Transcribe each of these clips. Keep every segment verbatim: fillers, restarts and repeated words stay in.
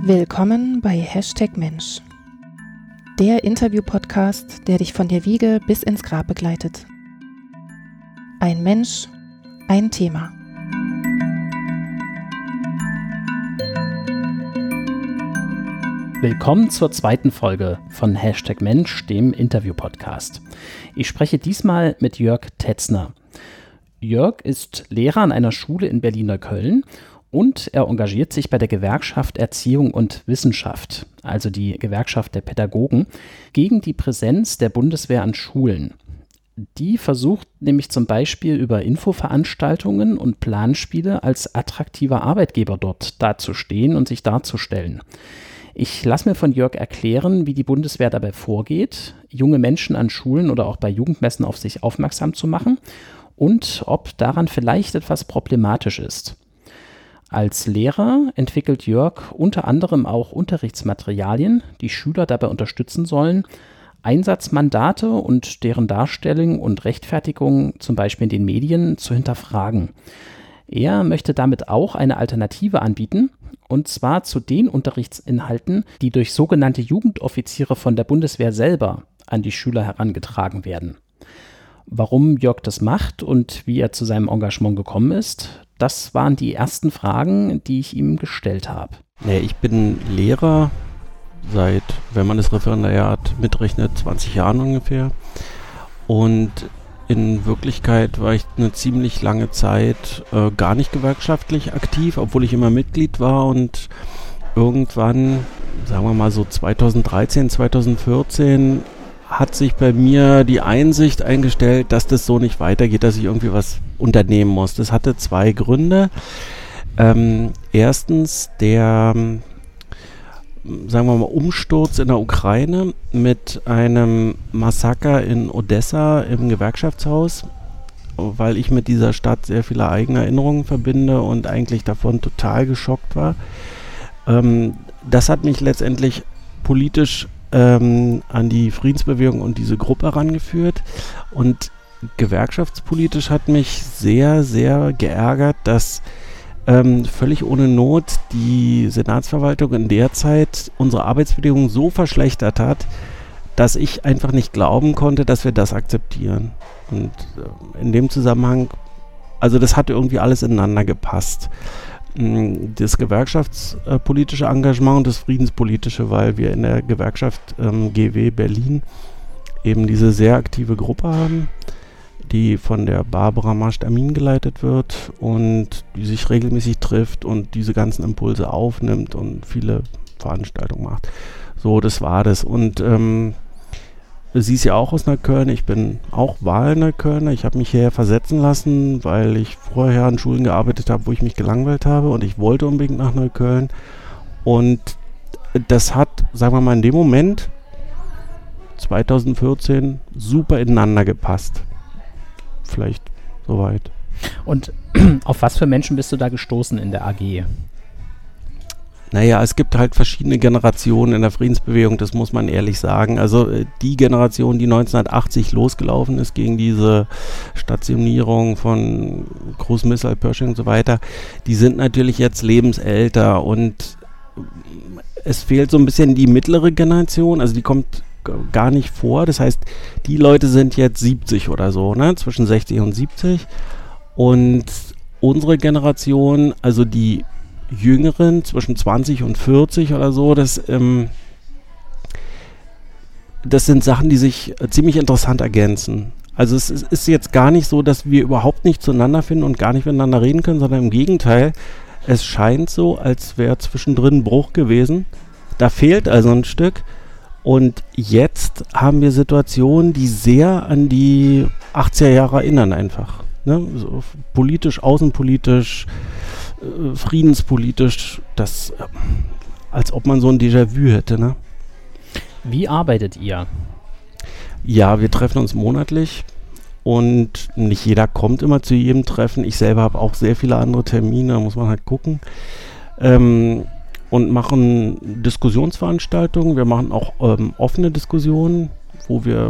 Willkommen bei Hashtag Mensch, der Interview-Podcast, der dich von der Wiege bis ins Grab begleitet. Ein Mensch, ein Thema. Willkommen zur zweiten Folge von Hashtag Mensch, dem Interview-Podcast. Ich spreche diesmal mit Jörg Tetzner. Jörg ist Lehrer an einer Schule in Berlin-Neukölln und er engagiert sich bei der Gewerkschaft Erziehung und Wissenschaft, also die Gewerkschaft der Pädagogen, gegen die Präsenz der Bundeswehr an Schulen. Die versucht nämlich zum Beispiel über Infoveranstaltungen und Planspiele als attraktiver Arbeitgeber dort dazustehen und sich darzustellen. Ich lasse mir von Jörg erklären, wie die Bundeswehr dabei vorgeht, junge Menschen an Schulen oder auch bei Jugendmessen auf sich aufmerksam zu machen und ob daran vielleicht etwas problematisch ist. Als Lehrer entwickelt Jörg unter anderem auch Unterrichtsmaterialien, die Schüler dabei unterstützen sollen, Einsatzmandate und deren Darstellung und Rechtfertigung zum Beispiel in den Medien zu hinterfragen. Er möchte damit auch eine Alternative anbieten, und zwar zu den Unterrichtsinhalten, die durch sogenannte Jugendoffiziere von der Bundeswehr selber an die Schüler herangetragen werden. Warum Jörg das macht und wie er zu seinem Engagement gekommen ist, das waren die ersten Fragen, die ich ihm gestellt habe. Nee, ich bin Lehrer seit, wenn man das Referendariat mitrechnet, zwanzig Jahren ungefähr. Und in Wirklichkeit war ich eine ziemlich lange Zeit äh, gar nicht gewerkschaftlich aktiv, obwohl ich immer Mitglied war. Und irgendwann, sagen wir mal so zweitausenddreizehn, zweitausendvierzehn, hat sich bei mir die Einsicht eingestellt, dass das so nicht weitergeht, dass ich irgendwie was unternehmen muss. Das hatte zwei Gründe. Ähm, erstens der, sagen wir mal, Umsturz in der Ukraine mit einem Massaker in Odessa im Gewerkschaftshaus, weil ich mit dieser Stadt sehr viele eigene Erinnerungen verbinde und eigentlich davon total geschockt war. Ähm, das hat mich letztendlich politisch ähm, an die Friedensbewegung und diese Gruppe herangeführt, und gewerkschaftspolitisch hat mich sehr, sehr geärgert, dass ähm, völlig ohne Not die Senatsverwaltung in der Zeit unsere Arbeitsbedingungen so verschlechtert hat, dass ich einfach nicht glauben konnte, dass wir das akzeptieren. Und äh, in dem Zusammenhang, also das hat irgendwie alles ineinander gepasst. Das gewerkschaftspolitische Engagement und das friedenspolitische, weil wir in der Gewerkschaft ähm, G W Berlin eben diese sehr aktive Gruppe haben, die von der Barbara Mascht-Amin geleitet wird und die sich regelmäßig trifft und diese ganzen Impulse aufnimmt und viele Veranstaltungen macht. So, das war das. Und ähm, sie ist ja auch aus Neukölln, ich bin auch Wahlneuköllner. Ich habe mich hierher versetzen lassen, weil ich vorher an Schulen gearbeitet habe, wo ich mich gelangweilt habe, und ich wollte unbedingt nach Neukölln. Und das hat, sagen wir mal, in dem Moment zweitausendvierzehn super ineinander gepasst. Vielleicht soweit. Und auf was für Menschen bist du da gestoßen in der A G? Naja, es gibt halt verschiedene Generationen in der Friedensbewegung, das muss man ehrlich sagen. Also die Generation, die neunzehnhundertachtzig losgelaufen ist gegen diese Stationierung von Großmissal, Pershing und so weiter, die sind natürlich jetzt lebensälter, und es fehlt so ein bisschen die mittlere Generation, also die kommt gar nicht vor. Das heißt, die Leute sind jetzt siebzig oder so, ne? Zwischen sechzig und siebzig. Und unsere Generation, also die Jüngeren, zwischen zwanzig und vierzig oder so, das, ähm, das sind Sachen, die sich äh, ziemlich interessant ergänzen. Also es, es ist jetzt gar nicht so, dass wir überhaupt nicht zueinander finden und gar nicht miteinander reden können, sondern im Gegenteil, es scheint so, als wäre zwischendrin ein Bruch gewesen. Da fehlt also ein Stück. Und jetzt haben wir Situationen, die sehr an die achtziger Jahre erinnern einfach. Ne? So politisch, außenpolitisch, äh, friedenspolitisch, das, äh, als ob man so ein Déjà-vu hätte. Ne? Wie arbeitet ihr? Ja, wir treffen uns monatlich und nicht jeder kommt immer zu jedem Treffen. Ich selber habe auch sehr viele andere Termine, da muss man halt gucken. Ähm, und machen Diskussionsveranstaltungen. Wir machen auch ähm, offene Diskussionen, wo wir,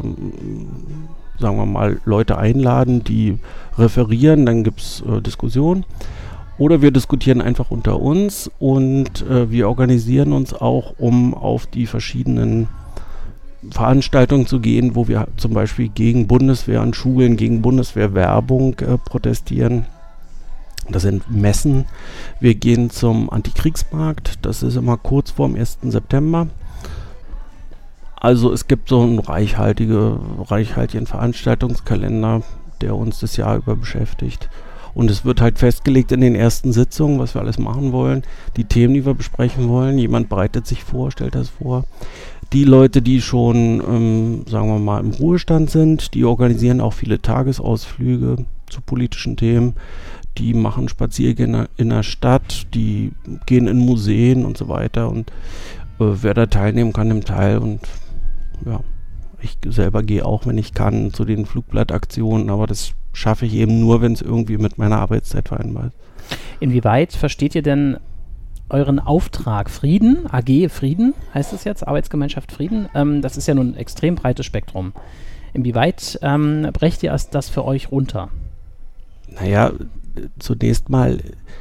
sagen wir mal, Leute einladen, die referieren, dann gibt es äh, Diskussionen. Oder wir diskutieren einfach unter uns und äh, wir organisieren uns auch, um auf die verschiedenen Veranstaltungen zu gehen, wo wir zum Beispiel gegen Bundeswehr an Schulen, gegen Bundeswehrwerbung äh, protestieren. Das sind Messen. Wir gehen zum Antikriegsmarkt. Das ist immer kurz vor dem ersten September. Also es gibt so einen reichhaltige, reichhaltigen Veranstaltungskalender, der uns das Jahr über beschäftigt. Und es wird halt festgelegt in den ersten Sitzungen, was wir alles machen wollen, die Themen, die wir besprechen wollen. Jemand bereitet sich vor, stellt das vor. Die Leute, die schon, ähm, sagen wir mal, im Ruhestand sind, die organisieren auch viele Tagesausflüge zu politischen Themen. Die machen Spaziergänge in der Stadt, die gehen in Museen und so weiter. Und äh, wer da teilnehmen kann, nimmt teil. Und ja, ich selber gehe auch, wenn ich kann, zu den Flugblattaktionen, aber das schaffe ich eben nur, wenn es irgendwie mit meiner Arbeitszeit vereinbart ist. Inwieweit versteht ihr denn euren Auftrag Frieden, A G Frieden heißt es jetzt, Arbeitsgemeinschaft Frieden? Ähm, das ist ja nun ein extrem breites Spektrum. Inwieweit ähm, brecht ihr das für euch runter? Naja, zunächst mal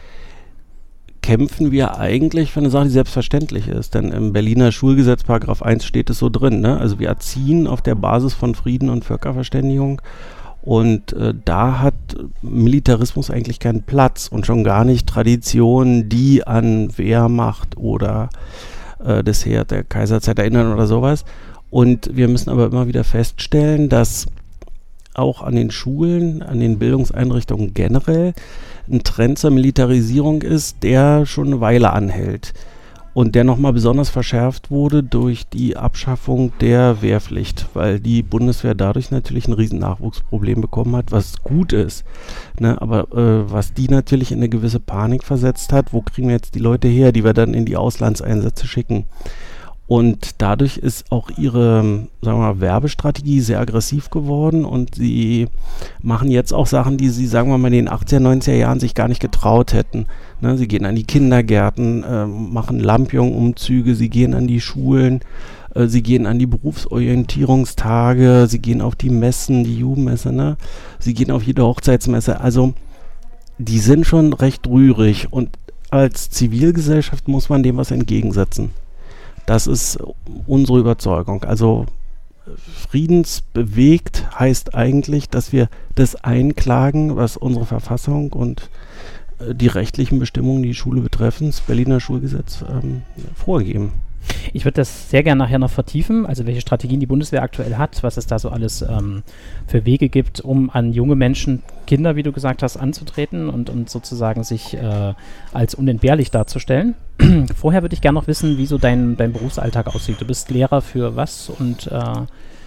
kämpfen wir eigentlich für eine Sache, die selbstverständlich ist. Denn im Berliner Schulgesetz, Paragraph eins, steht es so drin. Ne? Also wir erziehen auf der Basis von Frieden und Völkerverständigung. Und äh, da hat Militarismus eigentlich keinen Platz und schon gar nicht Traditionen, die an Wehrmacht oder äh, das Heer der Kaiserzeit erinnern oder sowas. Und wir müssen aber immer wieder feststellen, dass auch an den Schulen, an den Bildungseinrichtungen generell ein Trend zur Militarisierung ist, der schon eine Weile anhält. Und der nochmal besonders verschärft wurde durch die Abschaffung der Wehrpflicht, weil die Bundeswehr dadurch natürlich ein riesen Nachwuchsproblem bekommen hat, was gut ist. Ne? Aber äh, was die natürlich in eine gewisse Panik versetzt hat, wo kriegen wir jetzt die Leute her, die wir dann in die Auslandseinsätze schicken? Und dadurch ist auch ihre, sagen wir mal, Werbestrategie sehr aggressiv geworden und sie machen jetzt auch Sachen, die sie, sagen wir mal, in den achtziger, neunziger Jahren sich gar nicht getraut hätten. Ne, sie gehen an die Kindergärten, äh, machen Lampion-Umzüge, sie gehen an die Schulen, äh, sie gehen an die Berufsorientierungstage, sie gehen auf die Messen, die Jugendmesse, ne? Sie gehen auf jede Hochzeitsmesse. Also die sind schon recht rührig und als Zivilgesellschaft muss man dem was entgegensetzen. Das ist unsere Überzeugung. Also friedensbewegt heißt eigentlich, dass wir das einklagen, was unsere Verfassung und äh, die rechtlichen Bestimmungen, die die Schule betreffen, das Berliner Schulgesetz ähm, vorgeben. Ich würde das sehr gerne nachher noch vertiefen, also welche Strategien die Bundeswehr aktuell hat, was es da so alles ähm, für Wege gibt, um an junge Menschen, Kinder, wie du gesagt hast, anzutreten und, und sozusagen sich äh, als unentbehrlich darzustellen. Vorher würde ich gerne noch wissen, wie so dein, dein Berufsalltag aussieht. Du bist Lehrer für was und äh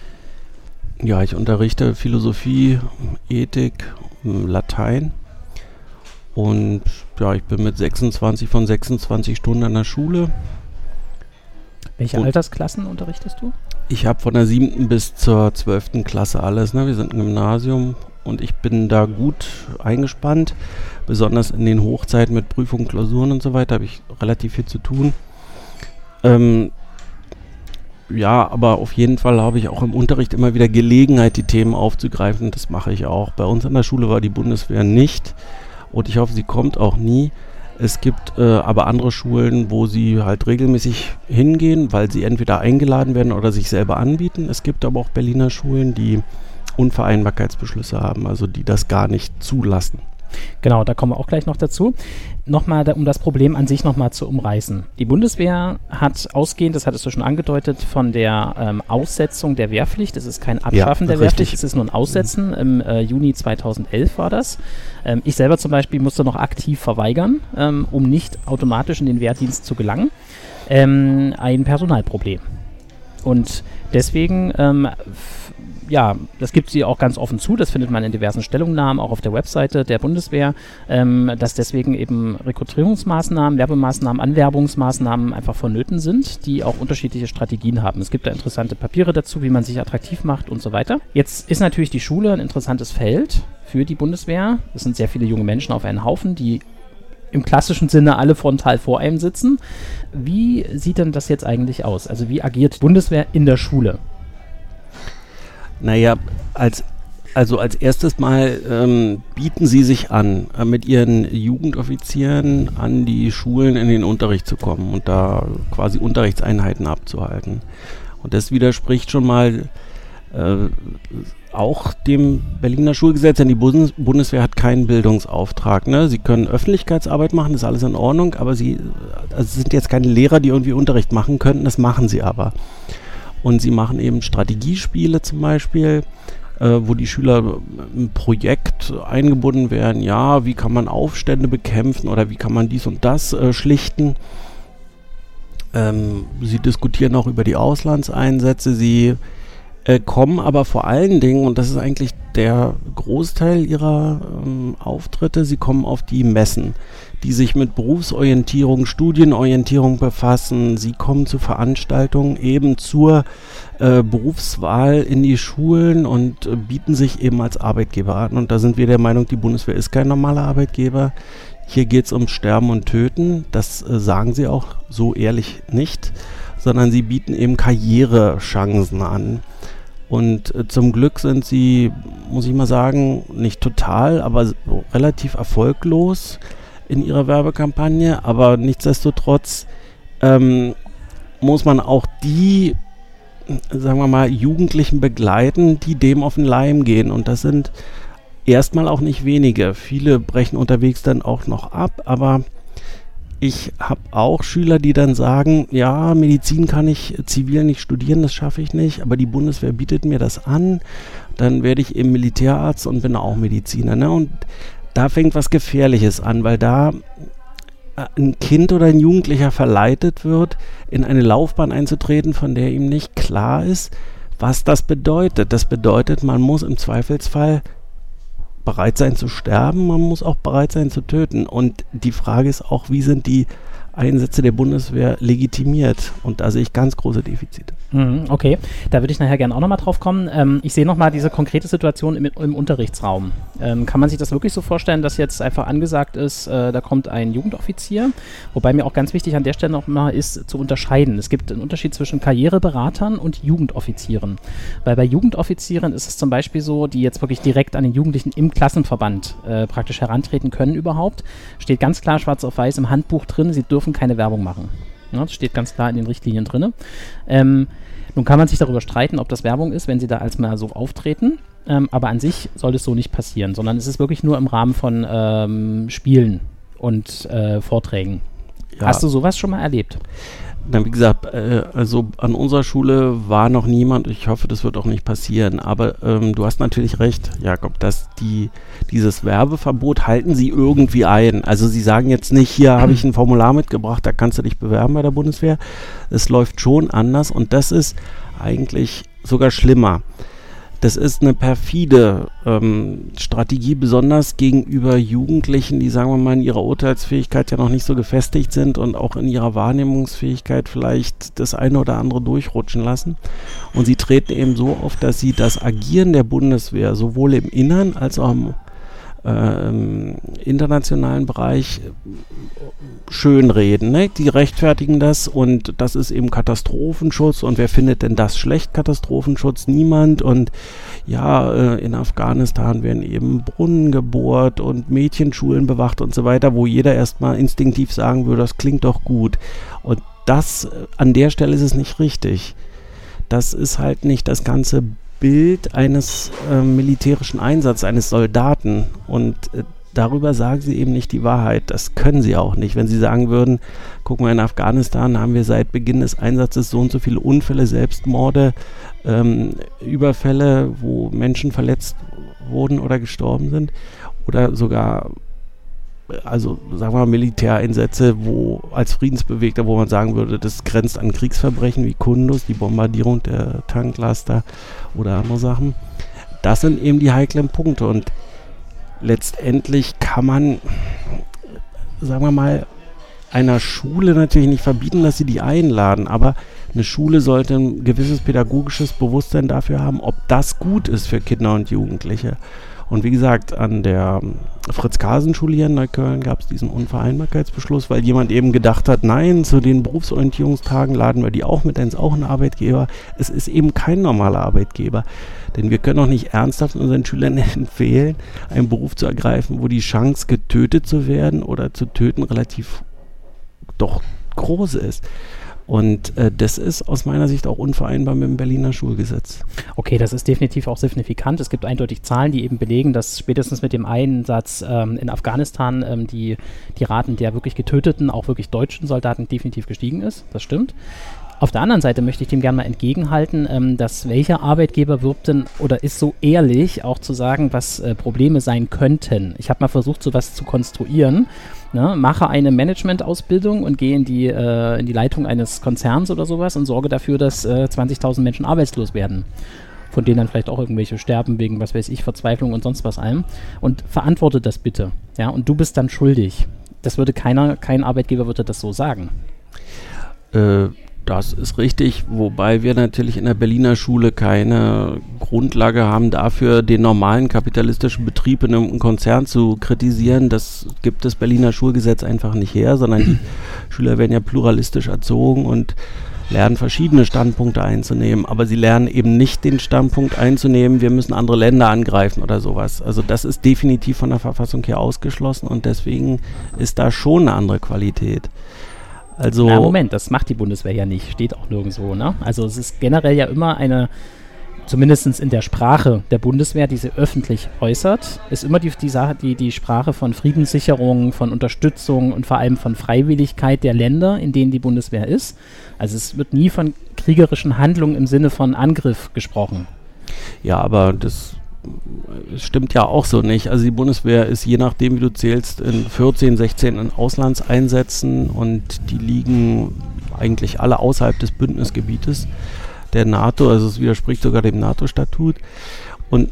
ja, ich unterrichte Philosophie, Ethik, Latein und ja, ich bin mit sechsundzwanzig von sechsundzwanzig Stunden an der Schule. Welche und Altersklassen unterrichtest du? Ich habe von der siebten bis zur zwölften Klasse alles. Ne? Wir sind ein Gymnasium und ich bin da gut eingespannt. Besonders in den Hochzeiten mit Prüfungen, Klausuren und so weiter habe ich relativ viel zu tun. Ähm, ja, aber auf jeden Fall habe ich auch im Unterricht immer wieder Gelegenheit, die Themen aufzugreifen. Das mache ich auch. Bei uns an der Schule war die Bundeswehr nicht und ich hoffe, sie kommt auch nie. Es gibt äh, aber andere Schulen, wo sie halt regelmäßig hingehen, weil sie entweder eingeladen werden oder sich selber anbieten. Es gibt aber auch Berliner Schulen, die Unvereinbarkeitsbeschlüsse haben, also die das gar nicht zulassen. Genau, da kommen wir auch gleich noch dazu. Nochmal, da, um das Problem an sich nochmal zu umreißen. Die Bundeswehr hat ausgehend, das hattest du schon angedeutet, von der ähm, Aussetzung der Wehrpflicht, es ist kein Abschaffen ja, der richtig. Wehrpflicht, es ist nur ein Aussetzen, im äh, Juni zweitausendelf war das. Ähm, ich selber zum Beispiel musste noch aktiv verweigern, ähm, um nicht automatisch in den Wehrdienst zu gelangen. Ähm, ein Personalproblem. Und deswegen ähm, f- ja, das gibt sie auch ganz offen zu, das findet man in diversen Stellungnahmen, auch auf der Webseite der Bundeswehr, ähm, dass deswegen eben Rekrutierungsmaßnahmen, Werbemaßnahmen, Anwerbungsmaßnahmen einfach vonnöten sind, die auch unterschiedliche Strategien haben. Es gibt da interessante Papiere dazu, wie man sich attraktiv macht und so weiter. Jetzt ist natürlich die Schule ein interessantes Feld für die Bundeswehr. Es sind sehr viele junge Menschen auf einen Haufen, die im klassischen Sinne alle frontal vor einem sitzen. Wie sieht denn das jetzt eigentlich aus? Also wie agiert die Bundeswehr in der Schule? Naja, als Also als erstes mal ähm, bieten Sie sich an, äh, mit Ihren Jugendoffizieren an die Schulen in den Unterricht zu kommen und da quasi Unterrichtseinheiten abzuhalten. Und das widerspricht schon mal äh, auch dem Berliner Schulgesetz, denn die Bundes- Bundeswehr hat keinen Bildungsauftrag. Ne? Sie können Öffentlichkeitsarbeit machen, das ist alles in Ordnung, aber sie also sind jetzt keine Lehrer, die irgendwie Unterricht machen könnten, das machen sie aber. Und sie machen eben Strategiespiele zum Beispiel, äh, wo die Schüler im Projekt eingebunden werden. Ja, wie kann man Aufstände bekämpfen oder wie kann man dies und das äh, schlichten. Ähm, sie diskutieren auch über die Auslandseinsätze. Sie äh, kommen aber vor allen Dingen, und das ist eigentlich der Großteil ihrer ähm, Auftritte, sie kommen auf die Messen, die sich mit Berufsorientierung, Studienorientierung befassen. Sie kommen zu Veranstaltungen eben zur äh, Berufswahl in die Schulen und äh, bieten sich eben als Arbeitgeber an. Und da sind wir der Meinung, die Bundeswehr ist kein normaler Arbeitgeber. Hier geht es um Sterben und Töten. Das äh, sagen sie auch so ehrlich nicht, sondern sie bieten eben Karrierechancen an. Und äh, zum Glück sind sie, muss ich mal sagen, nicht total, aber so relativ erfolglos in ihrer Werbekampagne. Aber nichtsdestotrotz ähm, muss man auch die, sagen wir mal, Jugendlichen begleiten, die dem auf den Leim gehen. Und das sind erstmal auch nicht wenige. Viele brechen unterwegs dann auch noch ab, aber ich habe auch Schüler, die dann sagen, ja, Medizin kann ich zivil nicht studieren, das schaffe ich nicht, aber die Bundeswehr bietet mir das an, dann werde ich eben Militärarzt und bin auch Mediziner. Ne? Und da fängt was Gefährliches an, weil da ein Kind oder ein Jugendlicher verleitet wird, in eine Laufbahn einzutreten, von der ihm nicht klar ist, was das bedeutet. Das bedeutet, man muss im Zweifelsfall bereit sein zu sterben, man muss auch bereit sein zu töten. Und die Frage ist auch, wie sind die Einsätze der Bundeswehr legitimiert? Und da sehe ich ganz große Defizite. Mhm, okay, da würde ich nachher gerne auch nochmal drauf kommen. Ähm, ich sehe nochmal diese konkrete Situation im, im Unterrichtsraum. Ähm, kann man sich das wirklich so vorstellen, dass jetzt einfach angesagt ist, äh, da kommt ein Jugendoffizier, wobei mir auch ganz wichtig an der Stelle nochmal ist, zu unterscheiden. Es gibt einen Unterschied zwischen Karriereberatern und Jugendoffizieren. Weil bei Jugendoffizieren ist es zum Beispiel so, die jetzt wirklich direkt an den Jugendlichen im Klassenverband äh, praktisch herantreten können überhaupt. Steht ganz klar schwarz auf weiß im Handbuch drin, sie dürfen keine Werbung machen. Ja, das steht ganz klar in den Richtlinien drin. Ähm, nun kann man sich darüber streiten, ob das Werbung ist, wenn sie da als mal so auftreten. Ähm, aber an sich soll es so nicht passieren, sondern es ist wirklich nur im Rahmen von ähm, Spielen und äh, Vorträgen. Ja. Hast du sowas schon mal erlebt? Na, wie gesagt, äh, also an unserer Schule war noch niemand, ich hoffe, das wird auch nicht passieren, aber ähm, du hast natürlich recht, Jakob, dass die dieses Werbeverbot halten sie irgendwie ein. Also sie sagen jetzt nicht, hier habe ich ein Formular mitgebracht, da kannst du dich bewerben bei der Bundeswehr. Es läuft schon anders und das ist eigentlich sogar schlimmer. Das ist eine perfide ähm, Strategie, besonders gegenüber Jugendlichen, die, sagen wir mal, in ihrer Urteilsfähigkeit ja noch nicht so gefestigt sind und auch in ihrer Wahrnehmungsfähigkeit vielleicht das eine oder andere durchrutschen lassen. Und sie treten eben so auf, dass sie das Agieren der Bundeswehr sowohl im Innern als auch im äh, im internationalen Bereich schönreden. Ne? Die rechtfertigen das und das ist eben Katastrophenschutz und wer findet denn das schlecht, Katastrophenschutz? Niemand. Und ja, äh, in Afghanistan werden eben Brunnen gebohrt und Mädchenschulen bewacht und so weiter, wo jeder erstmal instinktiv sagen würde, das klingt doch gut. Und das, äh, an der Stelle ist es nicht richtig. Das ist halt nicht das ganze Bild eines äh, militärischen Einsatzes, eines Soldaten. Und äh, darüber sagen sie eben nicht die Wahrheit. Das können sie auch nicht. Wenn sie sagen würden, guck mal, in Afghanistan haben wir seit Beginn des Einsatzes so und so viele Unfälle, Selbstmorde, ähm, Überfälle, wo Menschen verletzt wurden oder gestorben sind. Oder sogar, also sagen wir mal, Militäreinsätze, wo als Friedensbewegter, wo man sagen würde, das grenzt an Kriegsverbrechen wie Kunduz, die Bombardierung der Tanklaster oder andere Sachen. Das sind eben die heiklen Punkte und letztendlich kann man, sagen wir mal, einer Schule natürlich nicht verbieten, dass sie die einladen, aber eine Schule sollte ein gewisses pädagogisches Bewusstsein dafür haben, ob das gut ist für Kinder und Jugendliche. Und wie gesagt, an der Fritz-Karsen-Schule hier in Neukölln gab es diesen Unvereinbarkeitsbeschluss, weil jemand eben gedacht hat, nein, zu den Berufsorientierungstagen laden wir die auch mit, denn es ist auch ein Arbeitgeber. Es ist eben kein normaler Arbeitgeber. Denn wir können auch nicht ernsthaft unseren Schülern empfehlen, einen Beruf zu ergreifen, wo die Chance, getötet zu werden oder zu töten, relativ doch groß ist. Und äh, das ist aus meiner Sicht auch unvereinbar mit dem Berliner Schulgesetz. Okay, das ist definitiv auch signifikant. Es gibt eindeutig Zahlen, die eben belegen, dass spätestens mit dem Einsatz ähm, in Afghanistan ähm, die, die Raten der wirklich getöteten, auch wirklich deutschen Soldaten definitiv gestiegen ist. Das stimmt. Auf der anderen Seite möchte ich dem gerne mal entgegenhalten, ähm, dass welcher Arbeitgeber wirbt denn oder ist so ehrlich, auch zu sagen, was äh, Probleme sein könnten. Ich habe mal versucht, sowas zu konstruieren. Ne? Mache eine Management-Ausbildung und gehe in die, äh, in die Leitung eines Konzerns oder sowas und sorge dafür, dass äh, zwanzigtausend Menschen arbeitslos werden. Von denen dann vielleicht auch irgendwelche sterben wegen, was weiß ich, Verzweiflung und sonst was allem. Und verantworte das bitte. Ja? Und du bist dann schuldig. Das würde keiner, kein Arbeitgeber würde das so sagen. Äh... Das ist richtig, wobei wir natürlich in der Berliner Schule keine Grundlage haben dafür, den normalen kapitalistischen Betrieb in einem Konzern zu kritisieren. Das gibt das Berliner Schulgesetz einfach nicht her, sondern die Schüler werden ja pluralistisch erzogen und lernen verschiedene Standpunkte einzunehmen, aber sie lernen eben nicht den Standpunkt einzunehmen, wir müssen andere Länder angreifen oder sowas. Also das ist definitiv von der Verfassung her ausgeschlossen und deswegen ist da schon eine andere Qualität. Also Na Moment, das macht die Bundeswehr ja nicht, steht auch nirgendwo, ne? Also es ist generell ja immer eine, zumindest in der Sprache der Bundeswehr, die sie öffentlich äußert, ist immer die, die, Sache, die, die Sprache von Friedenssicherung, von Unterstützung und vor allem von Freiwilligkeit der Länder, in denen die Bundeswehr ist. Also es wird nie von kriegerischen Handlungen im Sinne von Angriff gesprochen. Ja, aber das stimmt ja auch so nicht. Also die Bundeswehr ist, je nachdem wie du zählst, in vierzehn, sechzehn in Auslandseinsätzen und die liegen eigentlich alle außerhalb des Bündnisgebietes der NATO, also es widerspricht sogar dem NATO-Statut. Und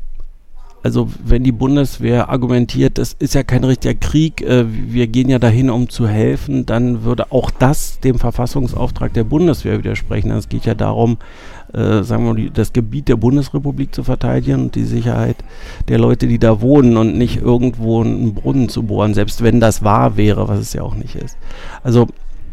also wenn die Bundeswehr argumentiert, das ist ja kein richtiger Krieg, äh, wir gehen ja dahin, um zu helfen, dann würde auch das dem Verfassungsauftrag der Bundeswehr widersprechen. Es geht ja darum, äh, sagen wir mal, die, das Gebiet der Bundesrepublik zu verteidigen und die Sicherheit der Leute, die da wohnen und nicht irgendwo einen Brunnen zu bohren, selbst wenn das wahr wäre, was es ja auch nicht ist. Also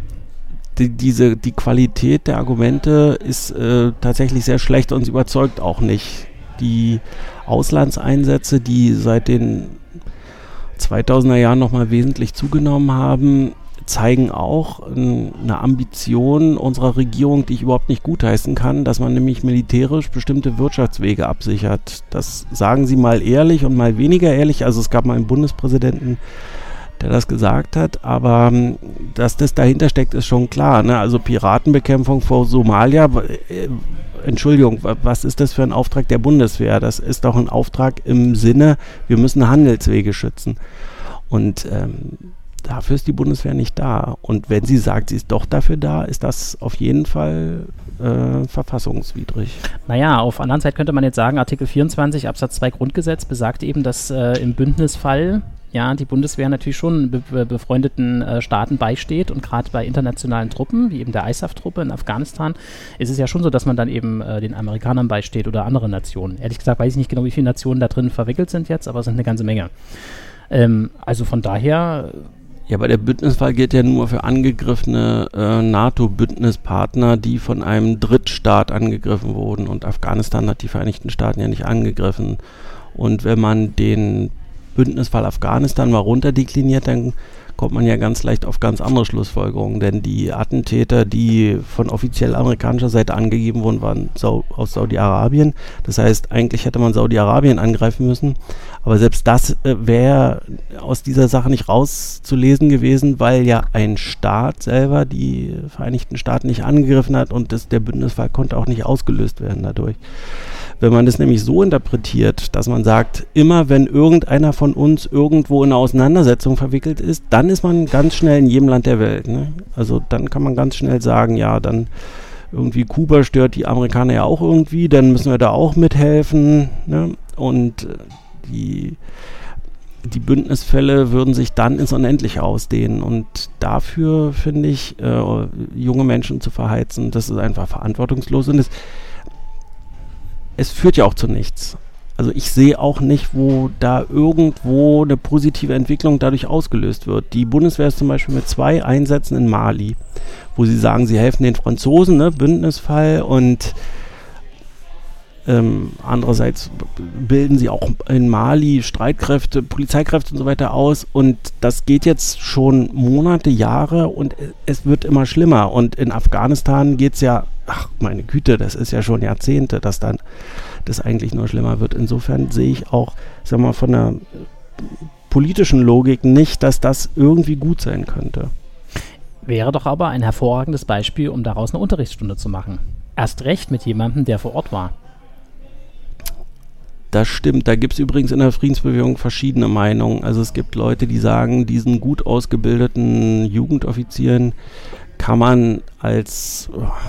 die, diese, die Qualität der Argumente ist äh, tatsächlich sehr schlecht und sie überzeugt auch nicht. Die Auslandseinsätze, die seit den zweitausender Jahren nochmal wesentlich zugenommen haben, zeigen auch äh, eine Ambition unserer Regierung, die ich überhaupt nicht gutheißen kann, dass man nämlich militärisch bestimmte Wirtschaftswege absichert. Das sagen sie mal ehrlich und mal weniger ehrlich. Also es gab mal einen Bundespräsidenten, der das gesagt hat, aber ähm, dass das dahinter steckt, ist schon klar. Ne? Also Piratenbekämpfung vor Somalia, äh, Entschuldigung, was ist das für ein Auftrag der Bundeswehr? Das ist doch ein Auftrag im Sinne, wir müssen Handelswege schützen. Und ähm, dafür ist die Bundeswehr nicht da. Und wenn sie sagt, sie ist doch dafür da, ist das auf jeden Fall äh, verfassungswidrig. Naja, auf der anderen Seite könnte man jetzt sagen, Artikel vierundzwanzig Absatz zwei Grundgesetz besagt eben, dass äh, im Bündnisfall ja, die Bundeswehr natürlich schon be- be- befreundeten äh, Staaten beisteht und gerade bei internationalen Truppen, wie eben der I S A F-Truppe in Afghanistan, ist es ja schon so, dass man dann eben äh, den Amerikanern beisteht oder anderen Nationen. Ehrlich gesagt weiß ich nicht genau, wie viele Nationen da drin verwickelt sind jetzt, aber es sind eine ganze Menge. Ähm, also von daher... Ja, aber der Bündnisfall gilt ja nur für angegriffene äh, NATO-Bündnispartner, die von einem Drittstaat angegriffen wurden und Afghanistan hat die Vereinigten Staaten ja nicht angegriffen. Und wenn man den Bündnisfall Afghanistan mal runterdekliniert, dann kommt man ja ganz leicht auf ganz andere Schlussfolgerungen, denn die Attentäter, die von offiziell amerikanischer Seite angegeben wurden, waren Sau- aus Saudi-Arabien. Das heißt, eigentlich hätte man Saudi-Arabien angreifen müssen, aber selbst das äh, wäre aus dieser Sache nicht rauszulesen gewesen, weil ja ein Staat selber die Vereinigten Staaten nicht angegriffen hat und das, der Bündnisfall konnte auch nicht ausgelöst werden dadurch. Wenn man das nämlich so interpretiert, dass man sagt, immer wenn irgendeiner von uns irgendwo in einer Auseinandersetzung verwickelt ist, dann ist man ganz schnell in jedem Land der Welt. Ne? Also dann kann man ganz schnell sagen, ja, dann irgendwie Kuba stört die Amerikaner ja auch irgendwie, dann müssen wir da auch mithelfen. Ne? Und die, die Bündnisfälle würden sich dann ins Unendliche ausdehnen. Und dafür, finde ich, äh, junge Menschen zu verheizen, das ist einfach verantwortungslos und das Es führt ja auch zu nichts. Also ich sehe auch nicht, wo da irgendwo eine positive Entwicklung dadurch ausgelöst wird. Die Bundeswehr ist zum Beispiel mit zwei Einsätzen in Mali, wo sie sagen, sie helfen den Franzosen, ne, Bündnisfall, und ähm, andererseits bilden sie auch in Mali Streitkräfte, Polizeikräfte und so weiter aus, und das geht jetzt schon Monate, Jahre, und es wird immer schlimmer. Und in Afghanistan geht es ja, ach meine Güte, das ist ja schon Jahrzehnte, dass dann das eigentlich nur schlimmer wird. Insofern sehe ich auch, sag mal, von der politischen Logik nicht, dass das irgendwie gut sein könnte. Wäre doch aber ein hervorragendes Beispiel, um daraus eine Unterrichtsstunde zu machen. Erst recht mit jemandem, der vor Ort war. Das stimmt. Da gibt es übrigens in der Friedensbewegung verschiedene Meinungen. Also es gibt Leute, die sagen, diesen gut ausgebildeten Jugendoffizieren kann man als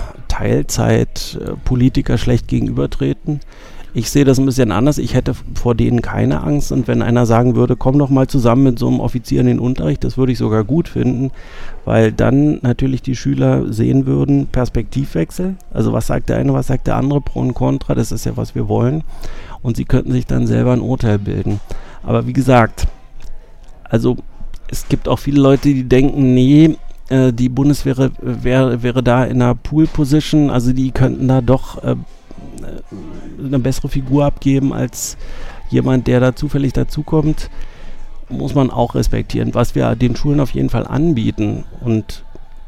Teilzeitpolitiker schlecht gegenübertreten. Ich sehe das ein bisschen anders. Ich hätte vor denen keine Angst. Und wenn einer sagen würde, komm doch mal zusammen mit so einem Offizier in den Unterricht, das würde ich sogar gut finden, weil dann natürlich die Schüler sehen würden, Perspektivwechsel. Also was sagt der eine, was sagt der andere, Pro und Contra, das ist ja, was wir wollen. Und sie könnten sich dann selber ein Urteil bilden. Aber wie gesagt, also es gibt auch viele Leute, die denken, nee, äh, die Bundeswehr wäre, wäre da in einer Pool-Position, also die könnten da doch äh, eine bessere Figur abgeben als jemand, der da zufällig dazukommt, muss man auch respektieren. Was wir den Schulen auf jeden Fall anbieten und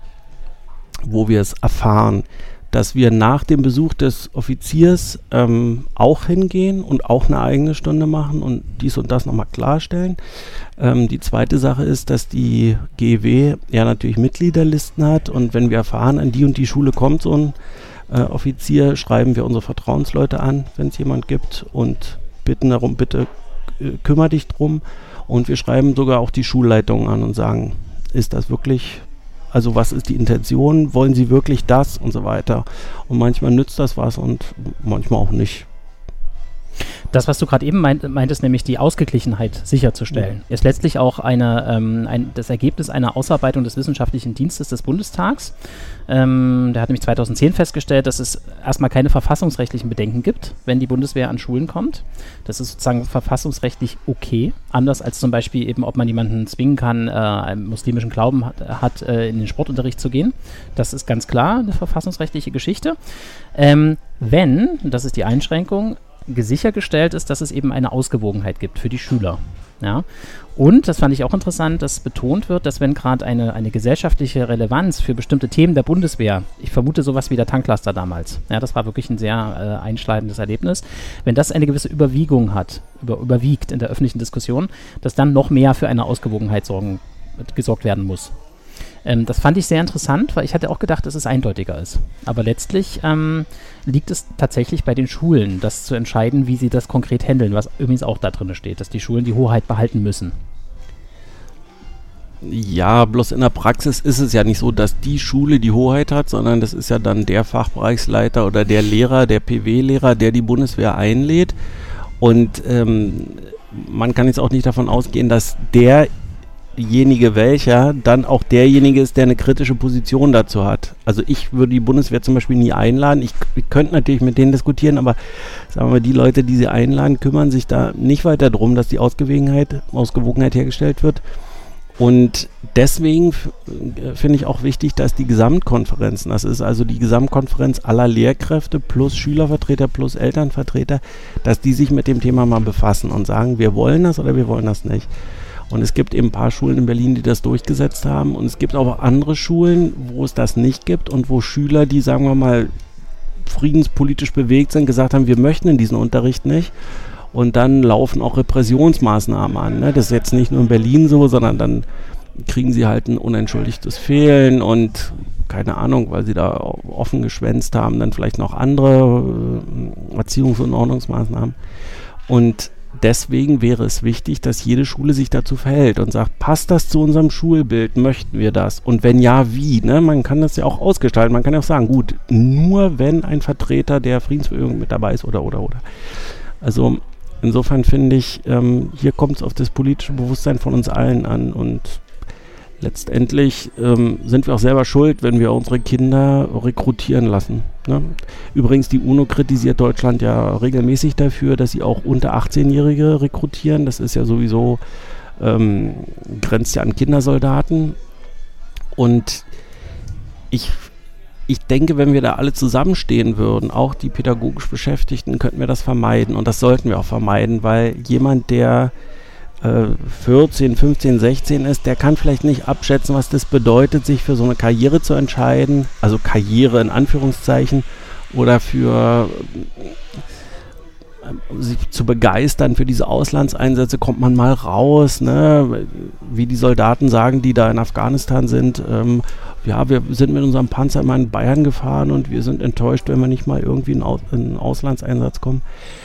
wo wir es erfahren, dass wir nach dem Besuch des Offiziers ähm, auch hingehen und auch eine eigene Stunde machen und dies und das nochmal klarstellen. Ähm, die zweite Sache ist, dass die G E W ja natürlich Mitgliederlisten hat, und wenn wir erfahren, an die und die Schule kommt so ein äh, Offizier, schreiben wir unsere Vertrauensleute an, wenn es jemand gibt, und bitten darum, bitte äh, kümmere dich drum. Und wir schreiben sogar auch die Schulleitung an und sagen, ist das wirklich... Also was ist die Intention? Wollen Sie wirklich das? Und so weiter. Und manchmal nützt das was und manchmal auch nicht. Das, was du gerade eben meint, meintest, nämlich die Ausgeglichenheit sicherzustellen, ja, ist letztlich auch eine, ähm, ein, das Ergebnis einer Ausarbeitung des Wissenschaftlichen Dienstes des Bundestags. Ähm, der hat nämlich zweitausendzehn festgestellt, dass es erstmal keine verfassungsrechtlichen Bedenken gibt, wenn die Bundeswehr an Schulen kommt. Das ist sozusagen verfassungsrechtlich okay, anders als zum Beispiel eben, ob man jemanden zwingen kann, äh, einen muslimischen Glauben hat, hat äh, in den Sportunterricht zu gehen. Das ist ganz klar eine verfassungsrechtliche Geschichte. Ähm, wenn, das ist die Einschränkung, sichergestellt ist, dass es eben eine Ausgewogenheit gibt für die Schüler. Ja? Und, das fand ich auch interessant, dass betont wird, dass wenn gerade eine, eine gesellschaftliche Relevanz für bestimmte Themen der Bundeswehr, ich vermute sowas wie der Tanklaster damals, ja, das war wirklich ein sehr äh, einschneidendes Erlebnis, wenn das eine gewisse Überwiegung hat, über, überwiegt in der öffentlichen Diskussion, dass dann noch mehr für eine Ausgewogenheit sorgen, gesorgt werden muss. Ähm, das fand ich sehr interessant, weil ich hatte auch gedacht, dass es eindeutiger ist. Aber letztlich ähm, liegt es tatsächlich bei den Schulen, das zu entscheiden, wie sie das konkret handeln, was übrigens auch da drin steht, dass die Schulen die Hoheit behalten müssen. Ja, bloß in der Praxis ist es ja nicht so, dass die Schule die Hoheit hat, sondern das ist ja dann der Fachbereichsleiter oder der Lehrer, der P W-Lehrer, der die Bundeswehr einlädt. Und ähm, man kann jetzt auch nicht davon ausgehen, dass der derjenige welcher dann auch derjenige ist, der eine kritische Position dazu hat. Also ich würde die Bundeswehr zum Beispiel nie einladen. Ich, ich könnte natürlich mit denen diskutieren, aber sagen wir mal, die Leute, die sie einladen, kümmern sich da nicht weiter drum, dass die Ausgewogenheit, Ausgewogenheit hergestellt wird. Und deswegen f- finde ich auch wichtig, dass die Gesamtkonferenzen, das ist also die Gesamtkonferenz aller Lehrkräfte plus Schülervertreter plus Elternvertreter, dass die sich mit dem Thema mal befassen und sagen, wir wollen das oder wir wollen das nicht. Und es gibt eben ein paar Schulen in Berlin, die das durchgesetzt haben. Und es gibt auch andere Schulen, wo es das nicht gibt und wo Schüler, die, sagen wir mal, friedenspolitisch bewegt sind, gesagt haben, wir möchten in diesen Unterricht nicht. Und dann laufen auch Repressionsmaßnahmen an. Ne? Das ist jetzt nicht nur in Berlin so, sondern dann kriegen sie halt ein unentschuldigtes Fehlen und keine Ahnung, weil sie da offen geschwänzt haben, dann vielleicht noch andere äh, Erziehungs- und Ordnungsmaßnahmen. Und deswegen wäre es wichtig, dass jede Schule sich dazu verhält und sagt, passt das zu unserem Schulbild, möchten wir das? Und wenn ja, wie? Ne? Man kann das ja auch ausgestalten, man kann ja auch sagen, gut, nur wenn ein Vertreter der Friedensbewegung mit dabei ist oder, oder, oder. Also insofern finde ich, ähm, hier kommt es auf das politische Bewusstsein von uns allen an und letztendlich ähm, sind wir auch selber schuld, wenn wir unsere Kinder rekrutieren lassen. Ne? Übrigens, die UNO kritisiert Deutschland ja regelmäßig dafür, dass sie auch unter achtzehnjährige rekrutieren. Das ist ja sowieso, ähm, grenzt ja an Kindersoldaten. Und ich, ich denke, wenn wir da alle zusammenstehen würden, auch die pädagogisch Beschäftigten, könnten wir das vermeiden. Und das sollten wir auch vermeiden, weil jemand, der vierzehn, fünfzehn, sechzehn ist, der kann vielleicht nicht abschätzen, was das bedeutet, sich für so eine Karriere zu entscheiden, also Karriere in Anführungszeichen, oder für äh, sich zu begeistern für diese Auslandseinsätze, kommt man mal raus, ne? Wie die Soldaten sagen, die da in Afghanistan sind, ähm, ja, wir sind mit unserem Panzer immer in Bayern gefahren und wir sind enttäuscht, wenn wir nicht mal irgendwie in, Aus- in einen Auslandseinsatz kommen.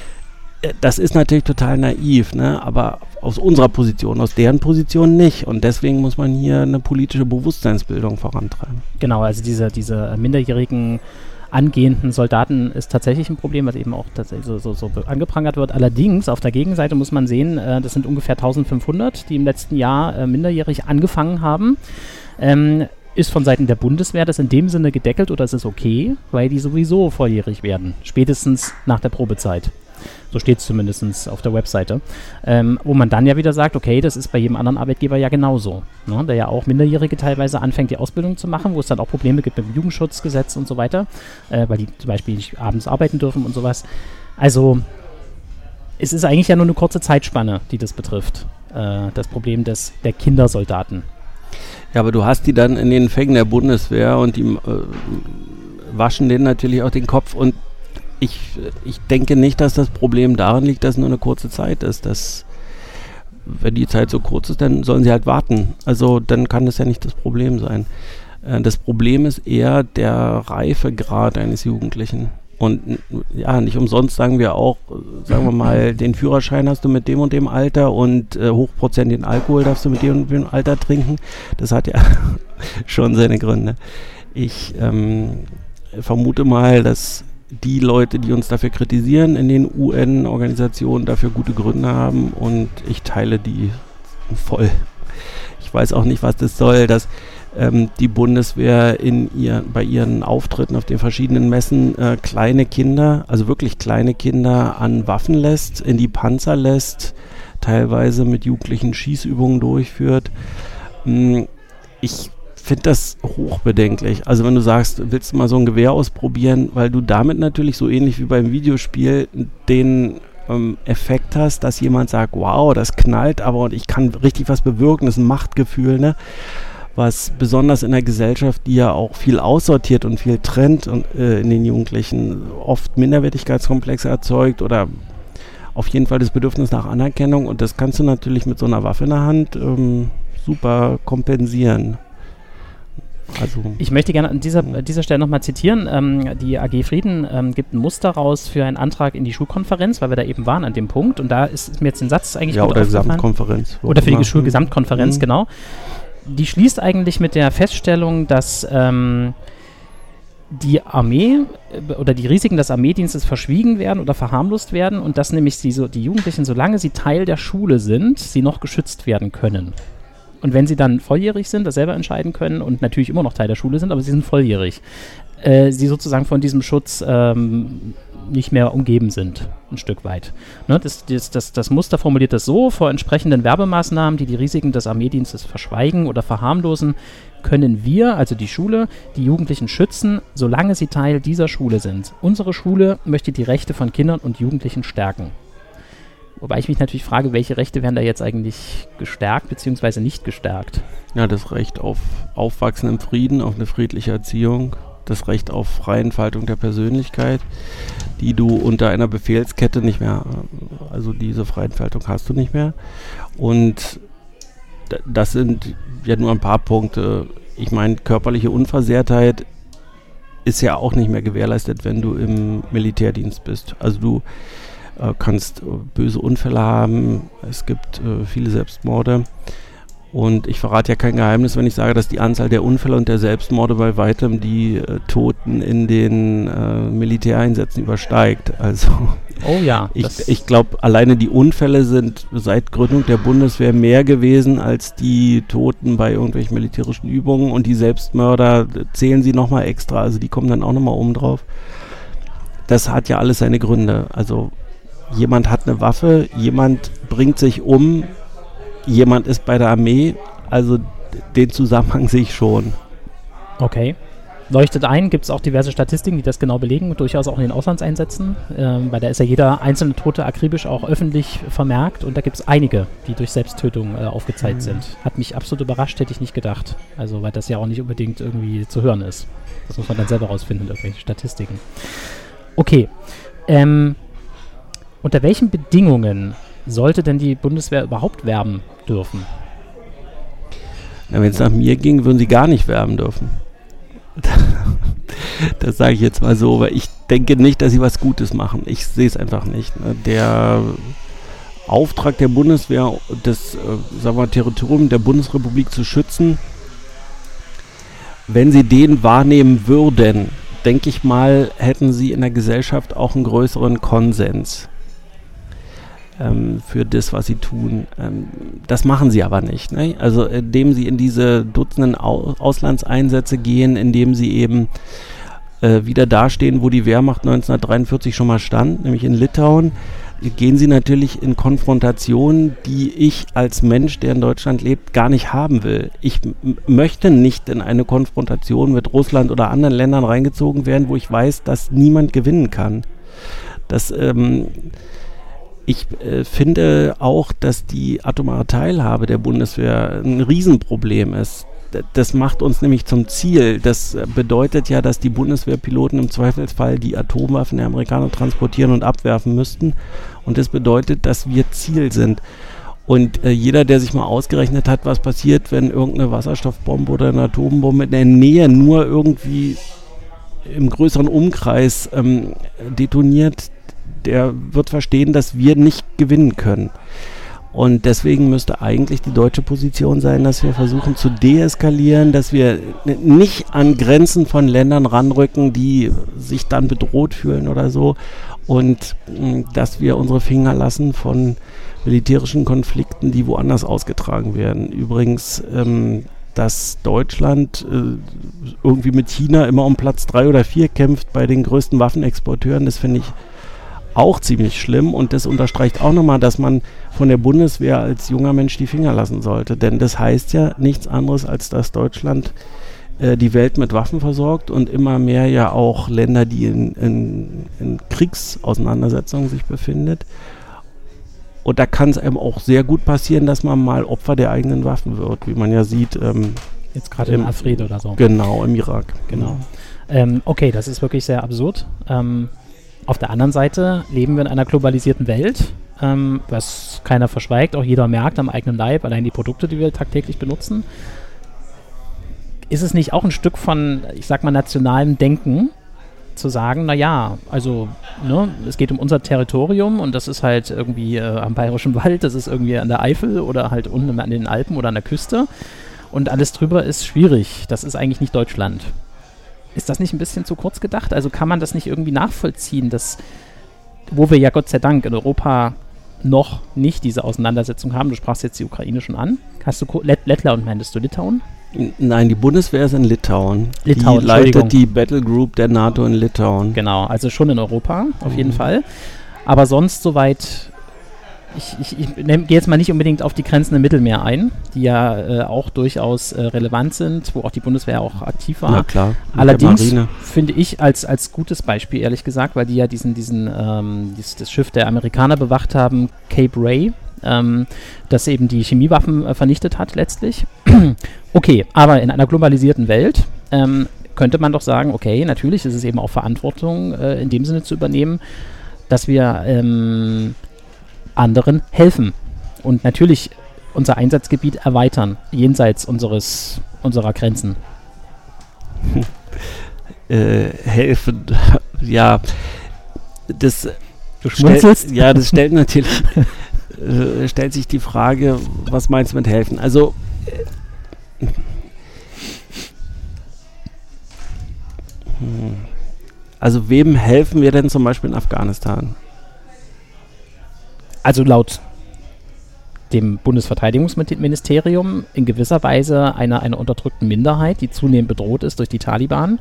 Das ist natürlich total naiv, ne? Aber aus unserer Position, aus deren Position nicht. Und deswegen muss man hier eine politische Bewusstseinsbildung vorantreiben. Genau, also diese, diese minderjährigen angehenden Soldaten ist tatsächlich ein Problem, was eben auch tatsächlich so, so, so angeprangert wird. Allerdings, auf der Gegenseite muss man sehen, äh, das sind ungefähr eintausendfünfhundert, die im letzten Jahr äh, minderjährig angefangen haben. Ähm, ist von Seiten der Bundeswehr das in dem Sinne gedeckelt oder ist es okay, weil die sowieso volljährig werden, spätestens nach der Probezeit. So steht es zumindest auf der Webseite. Ähm, wo man dann ja wieder sagt, okay, das ist bei jedem anderen Arbeitgeber ja genauso. Ne? Der ja auch Minderjährige teilweise anfängt, die Ausbildung zu machen, wo es dann auch Probleme gibt mit dem Jugendschutzgesetz und so weiter, äh, weil die zum Beispiel nicht abends arbeiten dürfen und sowas. Also es ist eigentlich ja nur eine kurze Zeitspanne, die das betrifft. Äh, das Problem des, der Kindersoldaten. Ja, aber du hast die dann in den Fängen der Bundeswehr und die äh, waschen denen natürlich auch den Kopf und Ich, ich denke nicht, dass das Problem darin liegt, dass es nur eine kurze Zeit ist. Dass, wenn die Zeit so kurz ist, dann sollen sie halt warten. Also dann kann das ja nicht das Problem sein. Äh, das Problem ist eher der Reifegrad eines Jugendlichen. Und ja, nicht umsonst sagen wir auch, sagen wir mal, den Führerschein hast du mit dem und dem Alter und äh, hochprozentigen Alkohol darfst du mit dem und dem Alter trinken. Das hat ja schon seine Gründe. Ich ähm, vermute mal, dass die Leute, die uns dafür kritisieren, in den U N-Organisationen dafür gute Gründe haben und ich teile die voll. Ich weiß auch nicht, was das soll, dass ähm, die Bundeswehr in ihr, bei ihren Auftritten auf den verschiedenen Messen äh, kleine Kinder, also wirklich kleine Kinder an Waffen lässt, in die Panzer lässt, teilweise mit Jugendlichen Schießübungen durchführt. Hm, ich finde das hochbedenklich. Also wenn du sagst, willst du mal so ein Gewehr ausprobieren, weil du damit natürlich so ähnlich wie beim Videospiel den ähm, Effekt hast, dass jemand sagt, wow, das knallt aber und ich kann richtig was bewirken, das ist ein Machtgefühl, ne? Was besonders in der Gesellschaft, die ja auch viel aussortiert und viel trennt und äh, in den Jugendlichen oft Minderwertigkeitskomplexe erzeugt oder auf jeden Fall das Bedürfnis nach Anerkennung und das kannst du natürlich mit so einer Waffe in der Hand ähm, super kompensieren. Also ich möchte gerne an dieser, dieser Stelle nochmal zitieren. Ähm, die A G Frieden ähm, gibt ein Muster raus für einen Antrag in die Schulkonferenz, weil wir da eben waren an dem Punkt. Und da ist mir jetzt ein Satz eigentlich ja, gut oder Gesamtkonferenz. Oder für die Schulgesamtkonferenz, mhm. genau. Die schließt eigentlich mit der Feststellung, dass ähm, die Armee äh, oder die Risiken des Armeedienstes verschwiegen werden oder verharmlost werden und dass nämlich die, so, die Jugendlichen, solange sie Teil der Schule sind, sie noch geschützt werden können. Und wenn sie dann volljährig sind, das selber entscheiden können und natürlich immer noch Teil der Schule sind, aber sie sind volljährig, äh, sie sozusagen von diesem Schutz ähm, nicht mehr umgeben sind, ein Stück weit. Ne, das, das, das, das Muster formuliert das so: Vor entsprechenden Werbemaßnahmen, die die Risiken des Armeedienstes verschweigen oder verharmlosen, können wir, also die Schule, die Jugendlichen schützen, solange sie Teil dieser Schule sind. Unsere Schule möchte die Rechte von Kindern und Jugendlichen stärken. Wobei ich mich natürlich frage, welche Rechte werden da jetzt eigentlich gestärkt bzw. nicht gestärkt? Ja, das Recht auf Aufwachsen im Frieden, auf eine friedliche Erziehung, das Recht auf freie Entfaltung der Persönlichkeit, die du unter einer Befehlskette nicht mehr, also diese freie Entfaltung hast du nicht mehr. Und d- das sind ja nur ein paar Punkte. Ich meine, körperliche Unversehrtheit ist ja auch nicht mehr gewährleistet, wenn du im Militärdienst bist. Also du äh, kannst äh, böse Unfälle haben, es gibt äh, viele Selbstmorde. Und ich verrate ja kein Geheimnis, wenn ich sage, dass die Anzahl der Unfälle und der Selbstmorde bei weitem die äh, Toten in den äh, Militäreinsätzen übersteigt. Also Oh ja. Ich, ich glaube, alleine die Unfälle sind seit Gründung der Bundeswehr mehr gewesen als die Toten bei irgendwelchen militärischen Übungen, und die Selbstmörder zählen sie nochmal extra, also die kommen dann auch nochmal oben drauf. Das hat ja alles seine Gründe. Also jemand hat eine Waffe, jemand bringt sich um, jemand ist bei der Armee, also den Zusammenhang sehe ich schon. Okay. Leuchtet ein, gibt es auch diverse Statistiken, die das genau belegen, durchaus auch in den Auslandseinsätzen, ähm, weil da ist ja jeder einzelne Tote akribisch auch öffentlich vermerkt, und da gibt es einige, die durch Selbsttötung äh, aufgezeigt mhm. sind. Hat mich absolut überrascht, hätte ich nicht gedacht. Also, weil das ja auch nicht unbedingt irgendwie zu hören ist. Das muss man dann selber rausfinden, irgendwelche Statistiken. Okay. Ähm, unter welchen Bedingungen sollte denn die Bundeswehr überhaupt werben dürfen? Wenn es nach mir ging, würden sie gar nicht werben dürfen. Das sage ich jetzt mal so, weil ich denke nicht, dass sie was Gutes machen. Ich sehe es einfach nicht. Ne? Der Auftrag der Bundeswehr, das äh, sagen wir, Territorium der Bundesrepublik zu schützen, wenn sie den wahrnehmen würden, denke ich mal, hätten sie in der Gesellschaft auch einen größeren Konsens ähm, für das, was sie tun. Ähm, das machen sie aber nicht. Ne? Also indem sie in diese Dutzenden Au- Auslandseinsätze gehen, indem sie eben äh, wieder dastehen, wo die Wehrmacht neunzehnhundertdreiundvierzig schon mal stand, nämlich in Litauen, gehen sie natürlich in Konfrontationen, die ich als Mensch, der in Deutschland lebt, gar nicht haben will. Ich m- möchte nicht in eine Konfrontation mit Russland oder anderen Ländern reingezogen werden, wo ich weiß, dass niemand gewinnen kann. Das, ähm, ich äh, finde auch, dass die atomare Teilhabe der Bundeswehr ein Riesenproblem ist. Das macht uns nämlich zum Ziel. Das bedeutet ja, dass die Bundeswehrpiloten im Zweifelsfall die Atomwaffen der Amerikaner transportieren und abwerfen müssten. Und das bedeutet, dass wir Ziel sind. Und äh, jeder, der sich mal ausgerechnet hat, was passiert, wenn irgendeine Wasserstoffbombe oder eine Atombombe in der Nähe nur irgendwie im größeren Umkreis ähm, detoniert, der wird verstehen, dass wir nicht gewinnen können. Und deswegen müsste eigentlich die deutsche Position sein, dass wir versuchen zu deeskalieren, dass wir n- nicht an Grenzen von Ländern ranrücken, die sich dann bedroht fühlen oder so, und mh, dass wir unsere Finger lassen von militärischen Konflikten, die woanders ausgetragen werden. Übrigens, ähm, dass Deutschland äh, irgendwie mit China immer um Platz drei oder vier kämpft bei den größten Waffenexporteuren, das finde ich auch ziemlich schlimm, und das unterstreicht auch nochmal, dass man von der Bundeswehr als junger Mensch die Finger lassen sollte, denn das heißt ja nichts anderes, als dass Deutschland äh, die Welt mit Waffen versorgt und immer mehr ja auch Länder, die in, in, in Kriegsauseinandersetzungen sich befindet. Und da kann es einem auch sehr gut passieren, dass man mal Opfer der eigenen Waffen wird, wie man ja sieht. Ähm, Jetzt gerade in Afrin oder so. Genau, im Irak. Genau. Ähm, okay, das ist wirklich sehr absurd. Ähm, Auf der anderen Seite leben wir in einer globalisierten Welt, ähm, was keiner verschweigt, auch jeder merkt am eigenen Leib, allein die Produkte, die wir tagtäglich benutzen. Ist es nicht auch ein Stück von, ich sag mal, nationalem Denken, zu sagen, naja, also ne, es geht um unser Territorium, und das ist halt irgendwie äh, am Bayerischen Wald, das ist irgendwie an der Eifel oder halt unten an den Alpen oder an der Küste, und alles drüber ist schwierig, das ist eigentlich nicht Deutschland. Ist das nicht ein bisschen zu kurz gedacht? Also kann man das nicht irgendwie nachvollziehen, dass, wo wir ja Gott sei Dank in Europa noch nicht diese Auseinandersetzung haben, du sprachst jetzt die Ukraine schon an, hast du Let- Lettland, meintest du Litauen? Nein, die Bundeswehr ist in Litauen. Litauen, die leitet die Battle Group der NATO in Litauen. Genau, also schon in Europa, auf mhm. jeden Fall. Aber sonst soweit, ich, ich, ich gehe jetzt mal nicht unbedingt auf die Grenzen im Mittelmeer ein, die ja äh, auch durchaus äh, relevant sind, wo auch die Bundeswehr auch aktiv war. Na klar. Allerdings finde ich als, als gutes Beispiel, ehrlich gesagt, weil die ja diesen, diesen ähm, dieses, das Schiff der Amerikaner bewacht haben, Cape Ray, ähm, das eben die Chemiewaffen äh, vernichtet hat letztlich. Okay, aber in einer globalisierten Welt ähm, könnte man doch sagen, okay, natürlich ist es eben auch Verantwortung äh, in dem Sinne zu übernehmen, dass wir ähm, anderen helfen und natürlich unser Einsatzgebiet erweitern, jenseits unseres, unserer Grenzen. Äh, helfen, ja, das Du schmunzelst? Stell, ja, das stellt natürlich, äh, stellt sich die Frage, was meinst du mit helfen? Also, äh, also wem helfen wir denn zum Beispiel in Afghanistan? also laut dem Bundesverteidigungsministerium in gewisser Weise einer, einer unterdrückten Minderheit, die zunehmend bedroht ist durch die Taliban.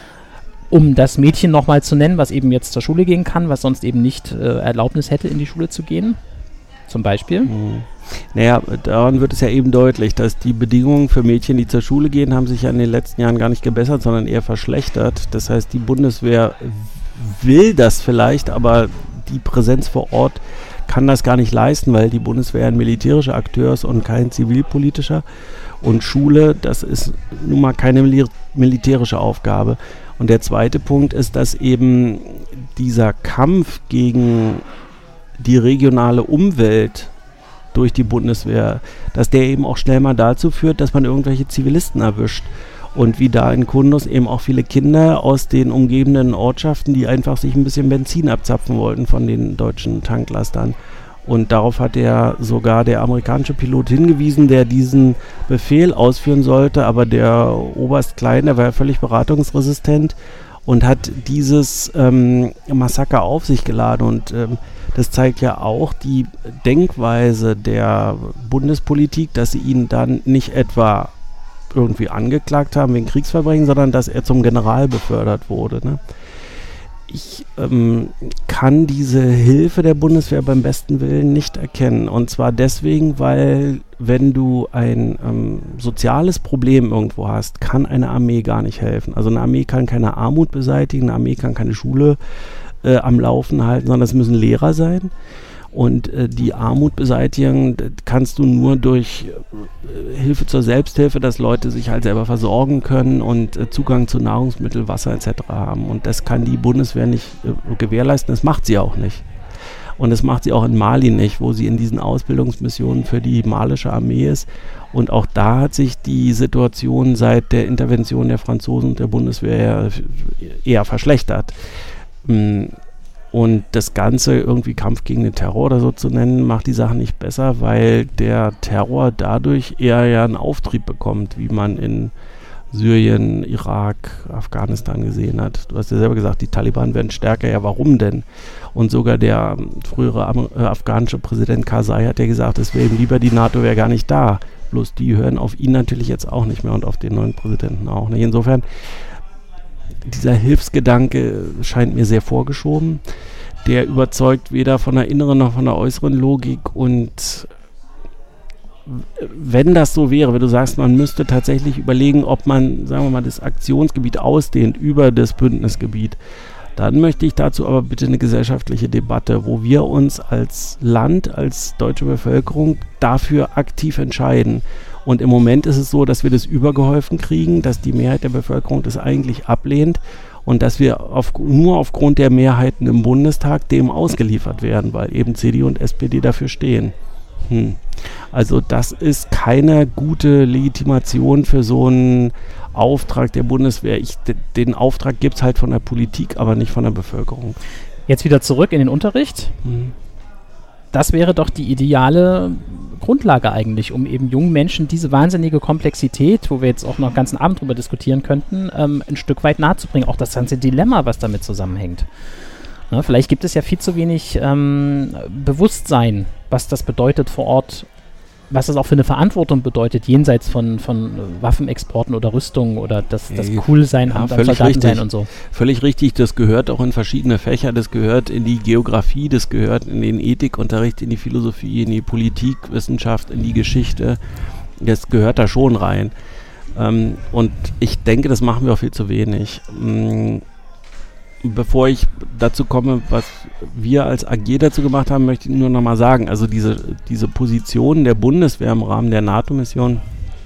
Um das Mädchen nochmal zu nennen, was eben jetzt zur Schule gehen kann, was sonst eben nicht äh, Erlaubnis hätte, in die Schule zu gehen, zum Beispiel. Mhm. Naja, daran wird es ja eben deutlich, dass die Bedingungen für Mädchen, die zur Schule gehen, haben sich ja in den letzten Jahren gar nicht gebessert, sondern eher verschlechtert. Das heißt, die Bundeswehr will das vielleicht, aber die Präsenz vor Ort kann das gar nicht leisten, weil die Bundeswehr ein militärischer Akteur ist und kein zivilpolitischer. Und Schule, das ist nun mal keine mil- militärische Aufgabe. Und der zweite Punkt ist, dass eben dieser Kampf gegen die regionale Umwelt durch die Bundeswehr, dass der eben auch schnell mal dazu führt, dass man irgendwelche Zivilisten erwischt. Und wie da in Kundus eben auch viele Kinder aus den umgebenden Ortschaften, die einfach sich ein bisschen Benzin abzapfen wollten von den deutschen Tanklastern. Und darauf hat ja sogar der amerikanische Pilot hingewiesen, der diesen Befehl ausführen sollte. Aber der Oberst Klein, der war ja völlig beratungsresistent und hat dieses ähm, Massaker auf sich geladen. Und ähm, das zeigt ja auch die Denkweise der Bundespolitik, dass sie ihn dann nicht etwa irgendwie angeklagt haben wegen Kriegsverbrechen, sondern dass er zum General befördert wurde. Ne? Ich ähm, kann diese Hilfe der Bundeswehr beim besten Willen nicht erkennen. Und zwar deswegen, weil wenn du ein ähm, soziales Problem irgendwo hast, kann eine Armee gar nicht helfen. Also eine Armee kann keine Armut beseitigen, eine Armee kann keine Schule äh, am Laufen halten, sondern es müssen Lehrer sein. Und äh, die Armut beseitigen kannst du nur durch äh, Hilfe zur Selbsthilfe, dass Leute sich halt selber versorgen können und äh, Zugang zu Nahrungsmittel, Wasser et cetera haben. Und das kann die Bundeswehr nicht äh, gewährleisten, das macht sie auch nicht. Und das macht sie auch in Mali nicht, wo sie in diesen Ausbildungsmissionen für die malische Armee ist. Und auch da hat sich die Situation seit der Intervention der Franzosen und der Bundeswehr eher verschlechtert. Mm. Und das Ganze irgendwie Kampf gegen den Terror oder so zu nennen, macht die Sache nicht besser, weil der Terror dadurch eher ja einen Auftrieb bekommt, wie man in Syrien, Irak, Afghanistan gesehen hat. Du hast ja selber gesagt, die Taliban werden stärker. Ja, warum denn? Und sogar der frühere Am- äh, afghanische Präsident Karzai hat ja gesagt, es wäre ihm lieber, die NATO wäre gar nicht da. Bloß die hören auf ihn natürlich jetzt auch nicht mehr und auf den neuen Präsidenten auch nicht. Insofern, dieser Hilfsgedanke scheint mir sehr vorgeschoben. Der überzeugt weder von der inneren noch von der äußeren Logik. Und wenn das so wäre, wenn du sagst, man müsste tatsächlich überlegen, ob man, sagen wir mal, das Aktionsgebiet ausdehnt über das Bündnisgebiet, dann möchte ich dazu aber bitte eine gesellschaftliche Debatte, wo wir uns als Land, als deutsche Bevölkerung dafür aktiv entscheiden. Und im Moment ist es so, dass wir das übergeholfen kriegen, dass die Mehrheit der Bevölkerung das eigentlich ablehnt und dass wir auf, nur aufgrund der Mehrheiten im Bundestag dem ausgeliefert werden, weil eben C D U und S P D dafür stehen. Hm. Also das ist keine gute Legitimation für so einen Auftrag der Bundeswehr. Ich, d- den Auftrag gibt es halt von der Politik, aber nicht von der Bevölkerung. Jetzt wieder zurück in den Unterricht. Hm. Das wäre doch die ideale Grundlage eigentlich, um eben jungen Menschen diese wahnsinnige Komplexität, wo wir jetzt auch noch den ganzen Abend drüber diskutieren könnten, ähm, ein Stück weit nahezubringen. Auch das ganze Dilemma, was damit zusammenhängt. Ne, vielleicht gibt es ja viel zu wenig ähm, Bewusstsein, was das bedeutet vor Ort, was das auch für eine Verantwortung bedeutet, jenseits von, von Waffenexporten oder Rüstungen oder das, das Ey, Coolsein ja, am völlig Soldatensein richtig. und so. Völlig richtig, das gehört auch in verschiedene Fächer, das gehört in die Geografie, das gehört in den Ethikunterricht, in die Philosophie, in die Politikwissenschaft, in die Geschichte. Das gehört da schon rein. Ähm, und ich denke, das machen wir auch viel zu wenig. Ähm, Bevor ich dazu komme, was wir als A G dazu gemacht haben, möchte ich nur noch mal sagen, also diese, diese Position der Bundeswehr im Rahmen der NATO-Mission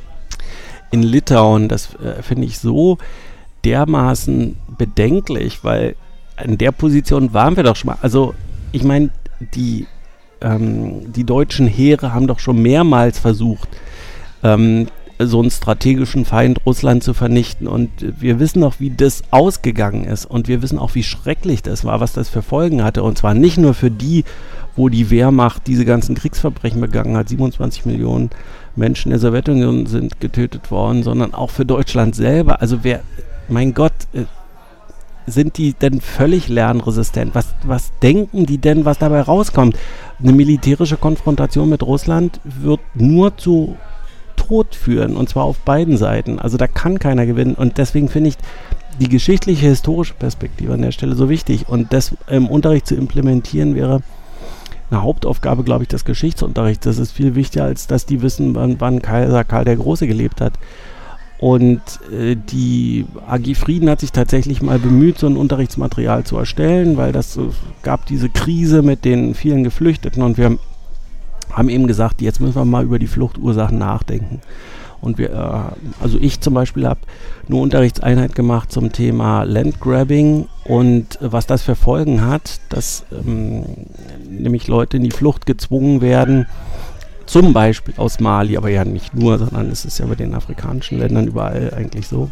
in Litauen, das äh, finde ich so dermaßen bedenklich, weil in der Position waren wir doch schon mal, also ich meine, die, ähm, die deutschen Heere haben doch schon mehrmals versucht, ähm, so einen strategischen Feind Russland zu vernichten und wir wissen noch, wie das ausgegangen ist und wir wissen auch, wie schrecklich das war, was das für Folgen hatte und zwar nicht nur für die, wo die Wehrmacht diese ganzen Kriegsverbrechen begangen hat, siebenundzwanzig Millionen Menschen der Sowjetunion sind getötet worden, sondern auch für Deutschland selber, also wer, mein Gott, sind die denn völlig lernresistent? Was, was denken die denn, was dabei rauskommt? Eine militärische Konfrontation mit Russland wird nur zu Tod führen, und zwar auf beiden Seiten. Also da kann keiner gewinnen, und deswegen finde ich die geschichtliche, historische Perspektive an der Stelle so wichtig, und das im Unterricht zu implementieren wäre eine Hauptaufgabe, glaube ich, des Geschichtsunterrichts. Das ist viel wichtiger, als dass die wissen, wann, wann Kaiser Karl der Große gelebt hat. Und äh, die A G Frieden hat sich tatsächlich mal bemüht, so ein Unterrichtsmaterial zu erstellen, weil das äh, gab diese Krise mit den vielen Geflüchteten, und wir haben, haben eben gesagt, jetzt müssen wir mal über die Fluchtursachen nachdenken. Und wir, äh, also ich zum Beispiel habe eine Unterrichtseinheit gemacht zum Thema Landgrabbing und äh, was das für Folgen hat, dass ähm, nämlich Leute in die Flucht gezwungen werden, zum Beispiel aus Mali, aber ja nicht nur, sondern es ist ja bei den afrikanischen Ländern überall eigentlich so,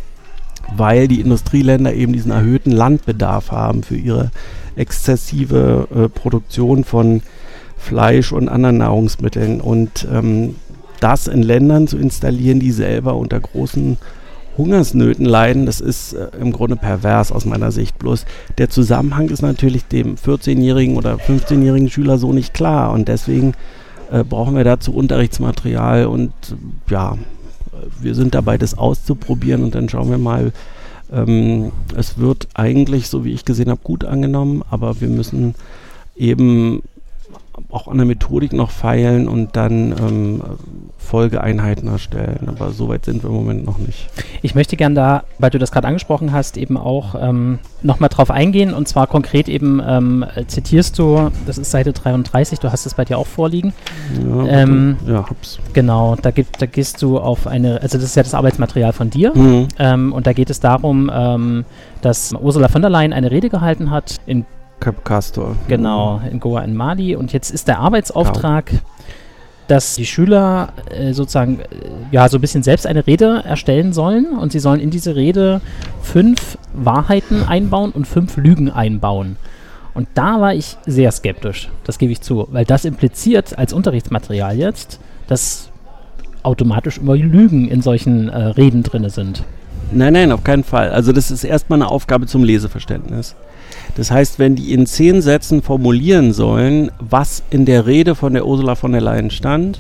weil die Industrieländer eben diesen erhöhten Landbedarf haben für ihre exzessive äh, Produktion von Fleisch und anderen Nahrungsmitteln, und ähm, das in Ländern zu installieren, die selber unter großen Hungersnöten leiden, das ist äh, im Grunde pervers aus meiner Sicht. Bloß der Zusammenhang ist natürlich dem vierzehnjährigen oder fünfzehnjährigen Schüler so nicht klar, und deswegen äh, brauchen wir dazu Unterrichtsmaterial, und äh, ja, wir sind dabei, das auszuprobieren, und dann schauen wir mal. Ähm, es wird eigentlich, so wie ich gesehen habe, gut angenommen, aber wir müssen eben auch an der Methodik noch feilen und dann ähm, Folgeeinheiten erstellen. Aber so weit sind wir im Moment noch nicht. Ich möchte gern da, weil du das gerade angesprochen hast, eben auch ähm, nochmal drauf eingehen. Und zwar konkret eben ähm, zitierst du, das ist Seite dreiunddreißig, du hast es bei dir auch vorliegen. Ja, ähm, ja, hab's. Genau, da, gibt, da gehst du auf eine, also das ist ja das Arbeitsmaterial von dir. Mhm. Ähm, und da geht es darum, ähm, dass Ursula von der Leyen eine Rede gehalten hat in Cap Castor. Genau, in Goa in Mali. Und jetzt ist der Arbeitsauftrag, dass die Schüler äh, sozusagen äh, ja so ein bisschen selbst eine Rede erstellen sollen, und sie sollen in diese Rede fünf Wahrheiten einbauen und fünf Lügen einbauen. Und da war ich sehr skeptisch, das gebe ich zu, weil das impliziert als Unterrichtsmaterial jetzt, dass automatisch immer Lügen in solchen äh, Reden drin sind. Nein, nein, auf keinen Fall. Also das ist erstmal eine Aufgabe zum Leseverständnis. Das heißt, wenn die in zehn Sätzen formulieren sollen, was in der Rede von der Ursula von der Leyen stand,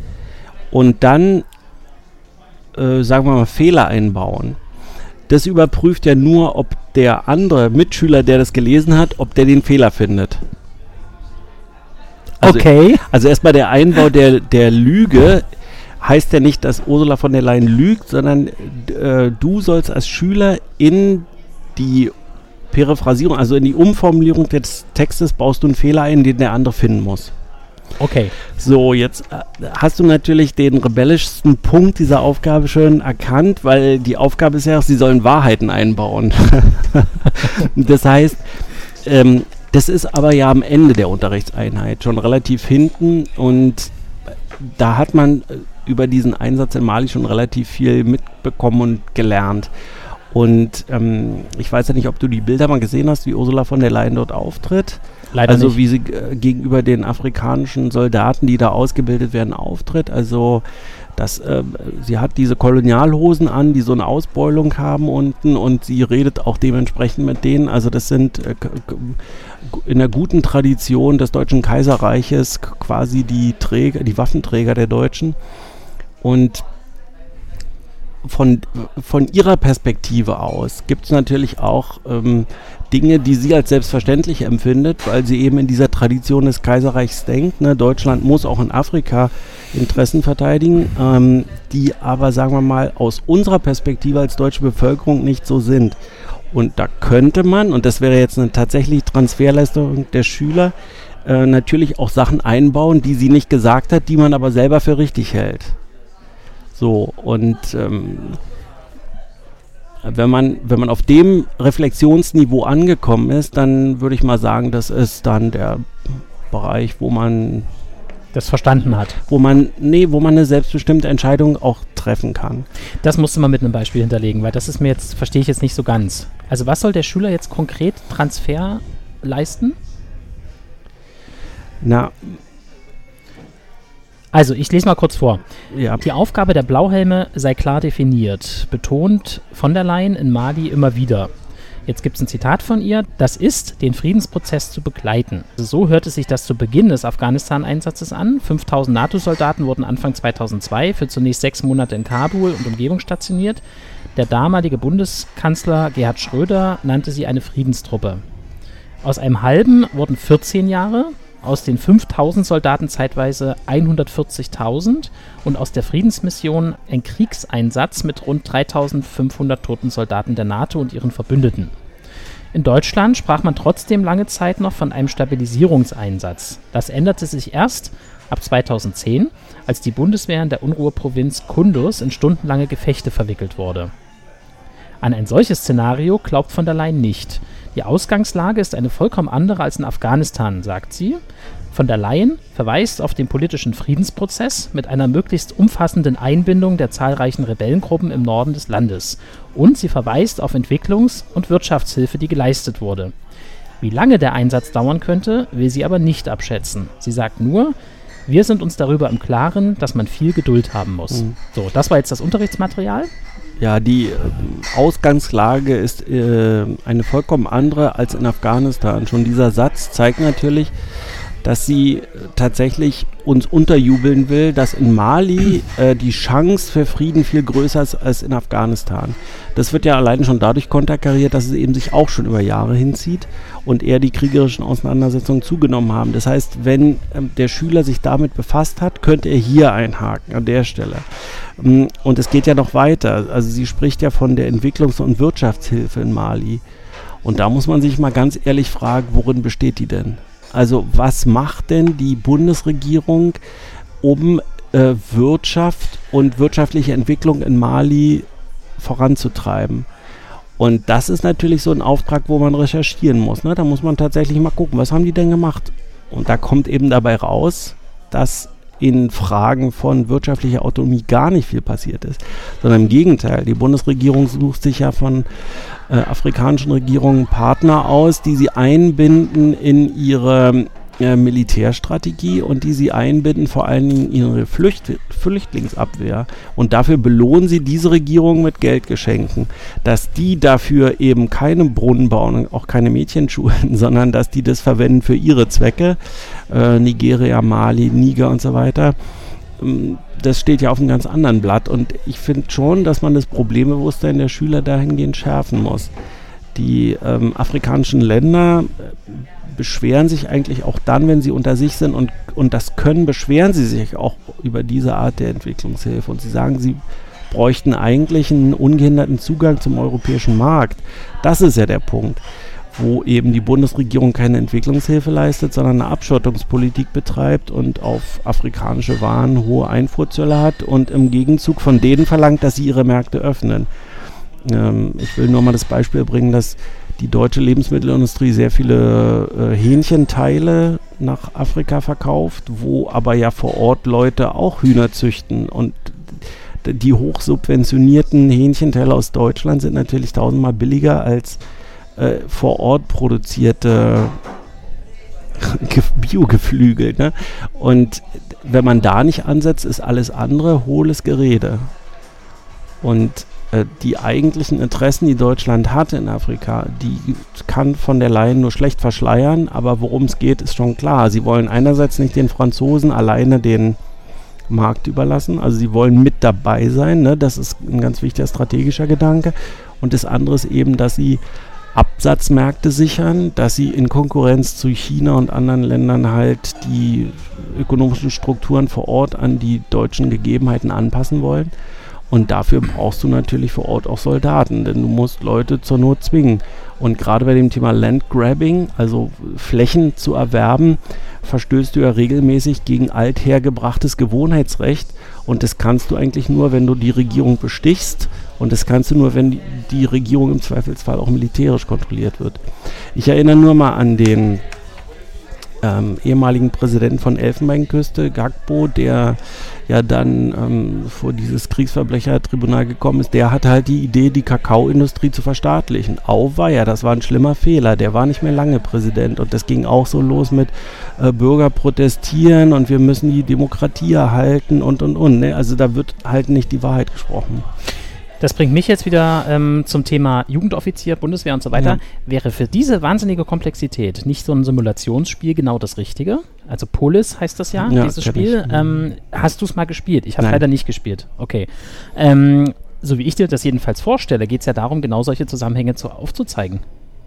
und dann, äh, sagen wir mal, Fehler einbauen, das überprüft ja nur, ob der andere Mitschüler, der das gelesen hat, ob der den Fehler findet. Also, okay. Also erstmal der Einbau der, der Lüge heißt ja nicht, dass Ursula von der Leyen lügt, sondern äh, du sollst als Schüler in die Periphrasierung, also in die Umformulierung des Textes, baust du einen Fehler ein, den der andere finden muss. Okay. So, jetzt äh, hast du natürlich den rebellischsten Punkt dieser Aufgabe schon erkannt, weil die Aufgabe ist ja, sie sollen Wahrheiten einbauen. Das heißt, ähm, das ist aber ja am Ende der Unterrichtseinheit, schon relativ hinten, und da hat man über diesen Einsatz in Mali schon relativ viel mitbekommen und gelernt. Und ähm, ich weiß ja nicht, ob du die Bilder mal gesehen hast, wie Ursula von der Leyen dort auftritt. Leider also nicht. wie sie äh, gegenüber den afrikanischen Soldaten, die da ausgebildet werden, auftritt. Also das, äh, sie hat diese Kolonialhosen an, die so eine Ausbeulung haben unten, und sie redet auch dementsprechend mit denen. Also das sind äh, k- k- in der guten Tradition des Deutschen Kaiserreiches k- quasi die Träger, die Waffenträger der Deutschen. Und Von, von ihrer Perspektive aus gibt es natürlich auch ähm, Dinge, die sie als selbstverständlich empfindet, weil sie eben in dieser Tradition des Kaiserreichs denkt. Ne? Deutschland muss auch in Afrika Interessen verteidigen, ähm, die aber, sagen wir mal, aus unserer Perspektive als deutsche Bevölkerung nicht so sind. Und da könnte man, und das wäre jetzt eine tatsächlich Transferleistung der Schüler, äh, natürlich auch Sachen einbauen, die sie nicht gesagt hat, die man aber selber für richtig hält. So, und ähm, wenn man, wenn man auf dem Reflexionsniveau angekommen ist, dann würde ich mal sagen, das ist dann der Bereich, wo man das verstanden hat. Wo man, nee, wo man eine selbstbestimmte Entscheidung auch treffen kann. Das musst du mal mit einem Beispiel hinterlegen, weil das ist mir jetzt, verstehe ich jetzt nicht so ganz. Also was soll der Schüler jetzt konkret Transfer leisten? Na, Also, ich lese mal kurz vor. ja. Die Aufgabe der Blauhelme sei klar definiert, betont von der Leyen in Mali immer wieder. Jetzt gibt es ein Zitat von ihr: Das ist, den Friedensprozess zu begleiten. So hörte sich das zu Beginn des Afghanistan-Einsatzes an. fünftausend NATO-Soldaten wurden Anfang zweitausendzwei für zunächst sechs Monate in Kabul und Umgebung stationiert. Der damalige Bundeskanzler Gerhard Schröder nannte sie eine Friedenstruppe. Aus einem halben wurden vierzehn Jahre, aus den fünftausend Soldaten zeitweise hundertvierzigtausend und aus der Friedensmission ein Kriegseinsatz mit rund dreitausendfünfhundert toten Soldaten der NATO und ihren Verbündeten. In Deutschland sprach man trotzdem lange Zeit noch von einem Stabilisierungseinsatz. Das änderte sich erst ab zweitausendzehn, als die Bundeswehr in der Unruheprovinz Kunduz in stundenlange Gefechte verwickelt wurde. An ein solches Szenario glaubt von der Leyen nicht. Die Ausgangslage ist eine vollkommen andere als in Afghanistan, sagt sie. Von der Leyen verweist auf den politischen Friedensprozess mit einer möglichst umfassenden Einbindung der zahlreichen Rebellengruppen im Norden des Landes. Und sie verweist auf Entwicklungs- und Wirtschaftshilfe, die geleistet wurde. Wie lange der Einsatz dauern könnte, will sie aber nicht abschätzen. Sie sagt nur: Wir sind uns darüber im Klaren, dass man viel Geduld haben muss. Mhm. So, das war jetzt das Unterrichtsmaterial. Ja, die äh, Ausgangslage ist äh, eine vollkommen andere als in Afghanistan. Schon dieser Satz zeigt natürlich, dass sie äh, tatsächlich uns unterjubeln will, dass in Mali äh, die Chance für Frieden viel größer ist als in Afghanistan. Das wird ja allein schon dadurch konterkariert, dass es eben sich auch schon über Jahre hinzieht und eher die kriegerischen Auseinandersetzungen zugenommen haben. Das heißt, wenn ähm, der Schüler sich damit befasst hat, könnte er hier einhaken, an der Stelle. Ähm, und es geht ja noch weiter. Also sie spricht ja von der Entwicklungs- und Wirtschaftshilfe in Mali. Und da muss man sich mal ganz ehrlich fragen, worin besteht die denn? Also was macht denn die Bundesregierung, um äh, Wirtschaft und wirtschaftliche Entwicklung in Mali voranzutreiben? Und das ist natürlich so ein Auftrag, wo man recherchieren muss. Ne? Da muss man tatsächlich mal gucken, was haben die denn gemacht? Und da kommt eben dabei raus, dass in Fragen von wirtschaftlicher Autonomie gar nicht viel passiert ist, sondern im Gegenteil. Die Bundesregierung sucht sich ja von äh, afrikanischen Regierungen Partner aus, die sie einbinden in ihre äh, Militärstrategie und die sie einbinden vor allen Dingen in ihre Flücht- Flüchtlingsabwehr. Und dafür belohnen sie diese Regierung mit Geldgeschenken. Dass die dafür eben keine Brunnen bauen und auch keine Mädchenschulen, sondern dass die das verwenden für ihre Zwecke. Äh, Nigeria, Mali, Niger und so weiter. Ähm, das steht ja auf einem ganz anderen Blatt. Und ich finde schon, dass man das Problembewusstsein der Schüler dahingehend schärfen muss. Die ähm, afrikanischen Länder äh, beschweren sich eigentlich auch dann, wenn sie unter sich sind und, und das können, beschweren sie sich auch über diese Art der Entwicklungshilfe. Und sie sagen, sie bräuchten eigentlich einen ungehinderten Zugang zum europäischen Markt. Das ist ja der Punkt, wo eben die Bundesregierung keine Entwicklungshilfe leistet, sondern eine Abschottungspolitik betreibt und auf afrikanische Waren hohe Einfuhrzölle hat und im Gegenzug von denen verlangt, dass sie ihre Märkte öffnen. Ähm, ich will nur mal das Beispiel bringen, dass die deutsche Lebensmittelindustrie sehr viele äh, Hähnchenteile nach Afrika verkauft, wo aber ja vor Ort Leute auch Hühner züchten. Und d- die hochsubventionierten Hähnchenteile aus Deutschland sind natürlich tausendmal billiger als äh, vor Ort produzierte Biogeflügel. Ne? Und wenn man da nicht ansetzt, ist alles andere hohles Gerede. Und die eigentlichen Interessen, die Deutschland hat in Afrika, die kann von der Leyen nur schlecht verschleiern, aber worum es geht, ist schon klar. Sie wollen einerseits nicht den Franzosen alleine den Markt überlassen, also sie wollen mit dabei sein, ne? Das ist ein ganz wichtiger strategischer Gedanke. Und das andere ist eben, dass sie Absatzmärkte sichern, dass sie in Konkurrenz zu China und anderen Ländern halt die ökonomischen Strukturen vor Ort an die deutschen Gegebenheiten anpassen wollen. Und dafür brauchst du natürlich vor Ort auch Soldaten, denn du musst Leute zur Not zwingen. Und gerade bei dem Thema Landgrabbing, also Flächen zu erwerben, verstößt du ja regelmäßig gegen althergebrachtes Gewohnheitsrecht. Und das kannst du eigentlich nur, wenn du die Regierung bestichst. Und das kannst du nur, wenn die, die Regierung im Zweifelsfall auch militärisch kontrolliert wird. Ich erinnere nur mal an den ähm, ehemaligen Präsidenten von Elfenbeinküste, Gbagbo, der ja dann ähm, vor dieses Kriegsverbrechertribunal gekommen ist. Der hatte halt die Idee, die Kakaoindustrie zu verstaatlichen. Auweia, das war ein schlimmer Fehler. Der war nicht mehr lange Präsident und das ging auch so los mit äh, Bürger protestieren und wir müssen die Demokratie erhalten und und und. Ne? Also da wird halt nicht die Wahrheit gesprochen. Das bringt mich jetzt wieder ähm, zum Thema Jugendoffizier, Bundeswehr und so weiter. Ja. Wäre für diese wahnsinnige Komplexität nicht so ein Simulationsspiel genau das Richtige? Also Polis heißt das ja, ja dieses Spiel. Ähm, hast du es mal gespielt? Ich habe leider nicht gespielt. Okay. Ähm, so wie ich dir das jedenfalls vorstelle, geht es ja darum, genau solche Zusammenhänge zu, aufzuzeigen.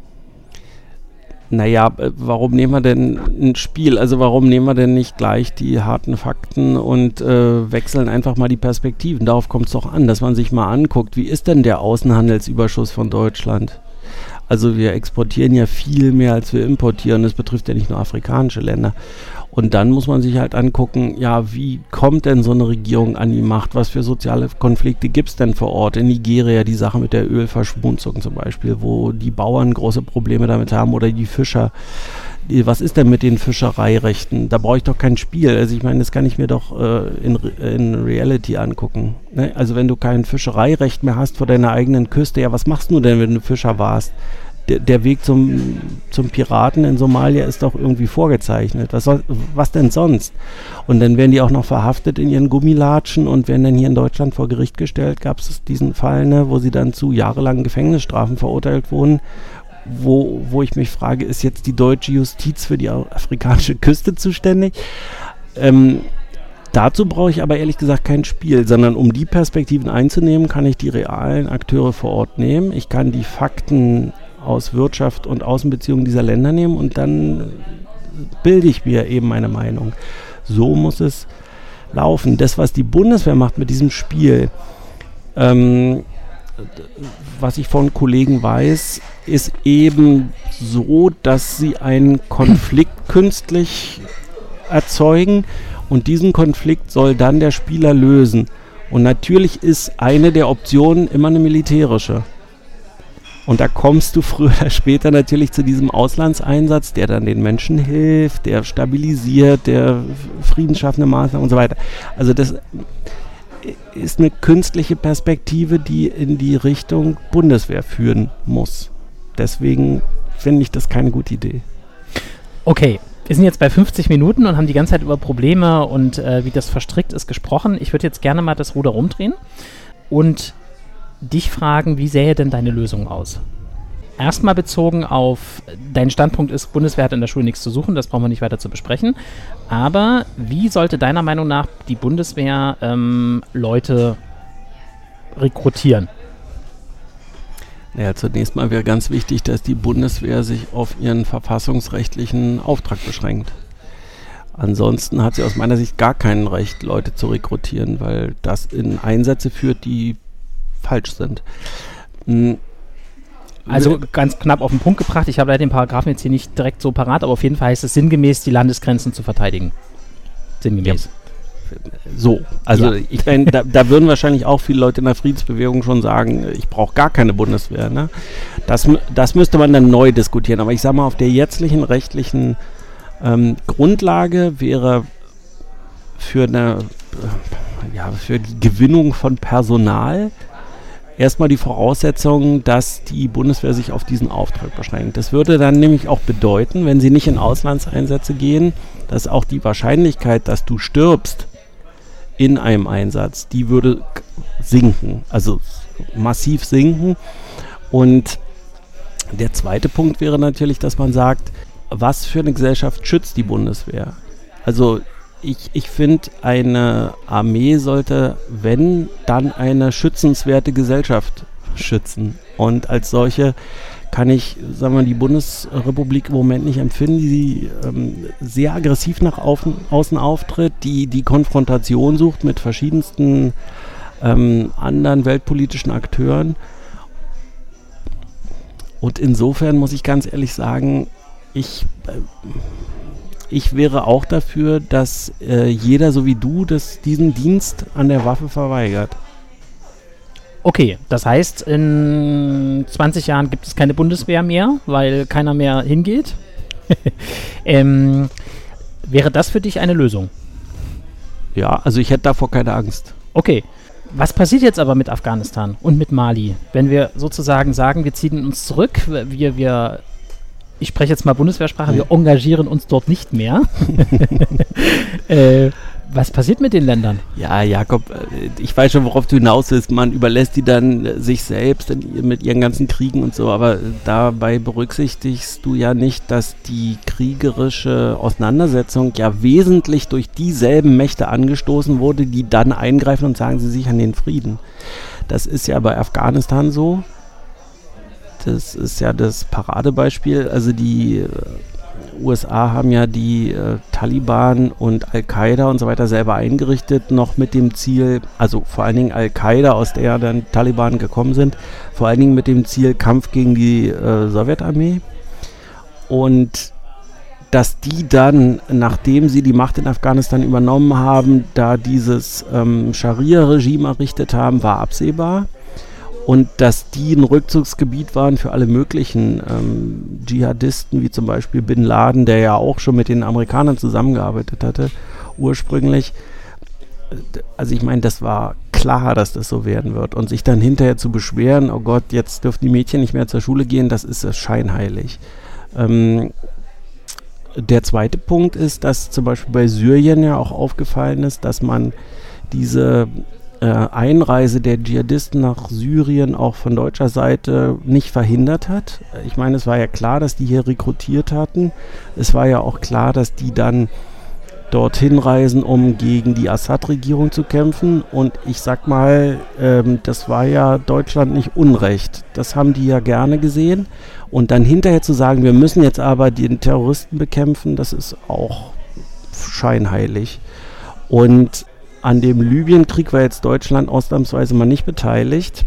Naja, warum nehmen wir denn ein Spiel? Also warum nehmen wir denn nicht gleich die harten Fakten und äh, wechseln einfach mal die Perspektiven? Darauf kommt es doch an, dass man sich mal anguckt, wie ist denn der Außenhandelsüberschuss von Deutschland? Also wir exportieren ja viel mehr, als wir importieren. Das betrifft ja nicht nur afrikanische Länder. Und dann muss man sich halt angucken, ja, wie kommt denn so eine Regierung an die Macht? Was für soziale Konflikte gibt es denn vor Ort? In Nigeria die Sache mit der Ölverschmutzung zum Beispiel, wo die Bauern große Probleme damit haben oder die Fischer. Die, was ist denn mit den Fischereirechten? Da brauche ich doch kein Spiel. Also ich meine, das kann ich mir doch äh, in, in Reality angucken. Ne? Also wenn du kein Fischereirecht mehr hast vor deiner eigenen Küste, ja, was machst du denn, wenn du Fischer warst? Der, der Weg zum, zum Piraten in Somalia ist doch irgendwie vorgezeichnet. Was, soll, was denn sonst? Und dann werden die auch noch verhaftet in ihren Gummilatschen und werden dann hier in Deutschland vor Gericht gestellt. Gab es diesen Fall, ne, wo sie dann zu jahrelangen Gefängnisstrafen verurteilt wurden, wo, wo ich mich frage, ist jetzt die deutsche Justiz für die afrikanische Küste zuständig? Ähm, dazu brauche ich aber ehrlich gesagt kein Spiel, sondern um die Perspektiven einzunehmen, kann ich die realen Akteure vor Ort nehmen. Ich kann die Fakten aus Wirtschaft und Außenbeziehungen dieser Länder nehmen und dann bilde ich mir eben meine Meinung. So muss es laufen. Das, was die Bundeswehr macht mit diesem Spiel, ähm, was ich von Kollegen weiß, ist eben so, dass sie einen Konflikt künstlich erzeugen und diesen Konflikt soll dann der Spieler lösen. Und natürlich ist eine der Optionen immer eine militärische. Und da kommst du früher oder später natürlich zu diesem Auslandseinsatz, der dann den Menschen hilft, der stabilisiert, der friedensschaffende Maßnahmen und so weiter. Also das ist eine künstliche Perspektive, die in die Richtung Bundeswehr führen muss. Deswegen finde ich das keine gute Idee. Okay, wir sind jetzt bei fünfzig Minuten und haben die ganze Zeit über Probleme und äh, wie das verstrickt ist gesprochen. Ich würde jetzt gerne mal das Ruder rumdrehen und dich fragen, wie sähe denn deine Lösung aus? Erstmal bezogen auf, dein Standpunkt ist, Bundeswehr hat in der Schule nichts zu suchen, das brauchen wir nicht weiter zu besprechen. Aber wie sollte deiner Meinung nach die Bundeswehr ähm, Leute rekrutieren? Naja, zunächst mal wäre ganz wichtig, dass die Bundeswehr sich auf ihren verfassungsrechtlichen Auftrag beschränkt. Ansonsten hat sie aus meiner Sicht gar kein Recht, Leute zu rekrutieren, weil das in Einsätze führt, die falsch sind. Hm. Also ganz knapp auf den Punkt gebracht, ich habe leider den Paragraphen jetzt hier nicht direkt so parat, aber auf jeden Fall heißt es sinngemäß, die Landesgrenzen zu verteidigen. Sinngemäß. Ja. So, also ja. ich meine, da, da würden wahrscheinlich auch viele Leute in der Friedensbewegung schon sagen, ich brauche gar keine Bundeswehr. Ne? Das, das müsste man dann neu diskutieren. Aber ich sage mal, auf der jetzigen rechtlichen ähm, Grundlage wäre für eine, äh, ja, für die Gewinnung von Personal erstmal die Voraussetzung, dass die Bundeswehr sich auf diesen Auftrag beschränkt. Das würde dann nämlich auch bedeuten, wenn sie nicht in Auslandseinsätze gehen, dass auch die Wahrscheinlichkeit, dass du stirbst in einem Einsatz, die würde sinken, also massiv sinken. Und der zweite Punkt wäre natürlich, dass man sagt, was für eine Gesellschaft schützt die Bundeswehr? Also Ich, ich finde, eine Armee sollte, wenn, dann eine schützenswerte Gesellschaft schützen. Und als solche kann ich, sagen wir mal, die Bundesrepublik im Moment nicht empfinden, die ähm, sehr aggressiv nach außen, außen auftritt, die die Konfrontation sucht mit verschiedensten ähm, anderen weltpolitischen Akteuren. Und insofern muss ich ganz ehrlich sagen, ich... Äh, Ich wäre auch dafür, dass äh, jeder, so wie du, das, diesen Dienst an der Waffe verweigert. Okay, das heißt, in zwanzig Jahren gibt es keine Bundeswehr mehr, weil keiner mehr hingeht. ähm, wäre das für dich eine Lösung? Ja, also ich hätte davor keine Angst. Okay. Was passiert jetzt aber mit Afghanistan und mit Mali, wenn wir sozusagen sagen, wir ziehen uns zurück, wir, wir ich spreche jetzt mal Bundeswehrsprache, wir engagieren uns dort nicht mehr. äh, Was passiert mit den Ländern? Ja, Jakob, ich weiß schon, worauf du hinaus willst. Man überlässt die dann sich selbst mit ihren ganzen Kriegen und so, aber dabei berücksichtigst du ja nicht, dass die kriegerische Auseinandersetzung ja wesentlich durch dieselben Mächte angestoßen wurde, die dann eingreifen und sagen, sie sichern den Frieden. Das ist ja bei Afghanistan so. Das ist ja das Paradebeispiel. Also die U S A haben ja die äh, Taliban und Al-Qaida und so weiter selber eingerichtet, noch mit dem Ziel, also vor allen Dingen Al-Qaida, aus der dann Taliban gekommen sind, vor allen Dingen mit dem Ziel Kampf gegen die äh, Sowjetarmee. Und dass die dann, nachdem sie die Macht in Afghanistan übernommen haben, da dieses ähm, Scharia-Regime errichtet haben, war absehbar. Und dass die ein Rückzugsgebiet waren für alle möglichen ähm, Dschihadisten, wie zum Beispiel Bin Laden, der ja auch schon mit den Amerikanern zusammengearbeitet hatte, ursprünglich. Also ich meine, das war klar, dass das so werden wird. Und sich dann hinterher zu beschweren, oh Gott, jetzt dürfen die Mädchen nicht mehr zur Schule gehen, das ist das scheinheilig. Ähm, der zweite Punkt ist, dass zum Beispiel bei Syrien ja auch aufgefallen ist, dass man diese Einreise der Dschihadisten nach Syrien auch von deutscher Seite nicht verhindert hat. Ich meine, es war ja klar, dass die hier rekrutiert hatten. Es war ja auch klar, dass die dann dorthin reisen, um gegen die Assad-Regierung zu kämpfen. Und ich sag mal, ähm, das war ja Deutschland nicht unrecht. Das haben die ja gerne gesehen. Und dann hinterher zu sagen, wir müssen jetzt aber den Terroristen bekämpfen, das ist auch scheinheilig. Und an dem Libyenkrieg war jetzt Deutschland ausnahmsweise mal nicht beteiligt.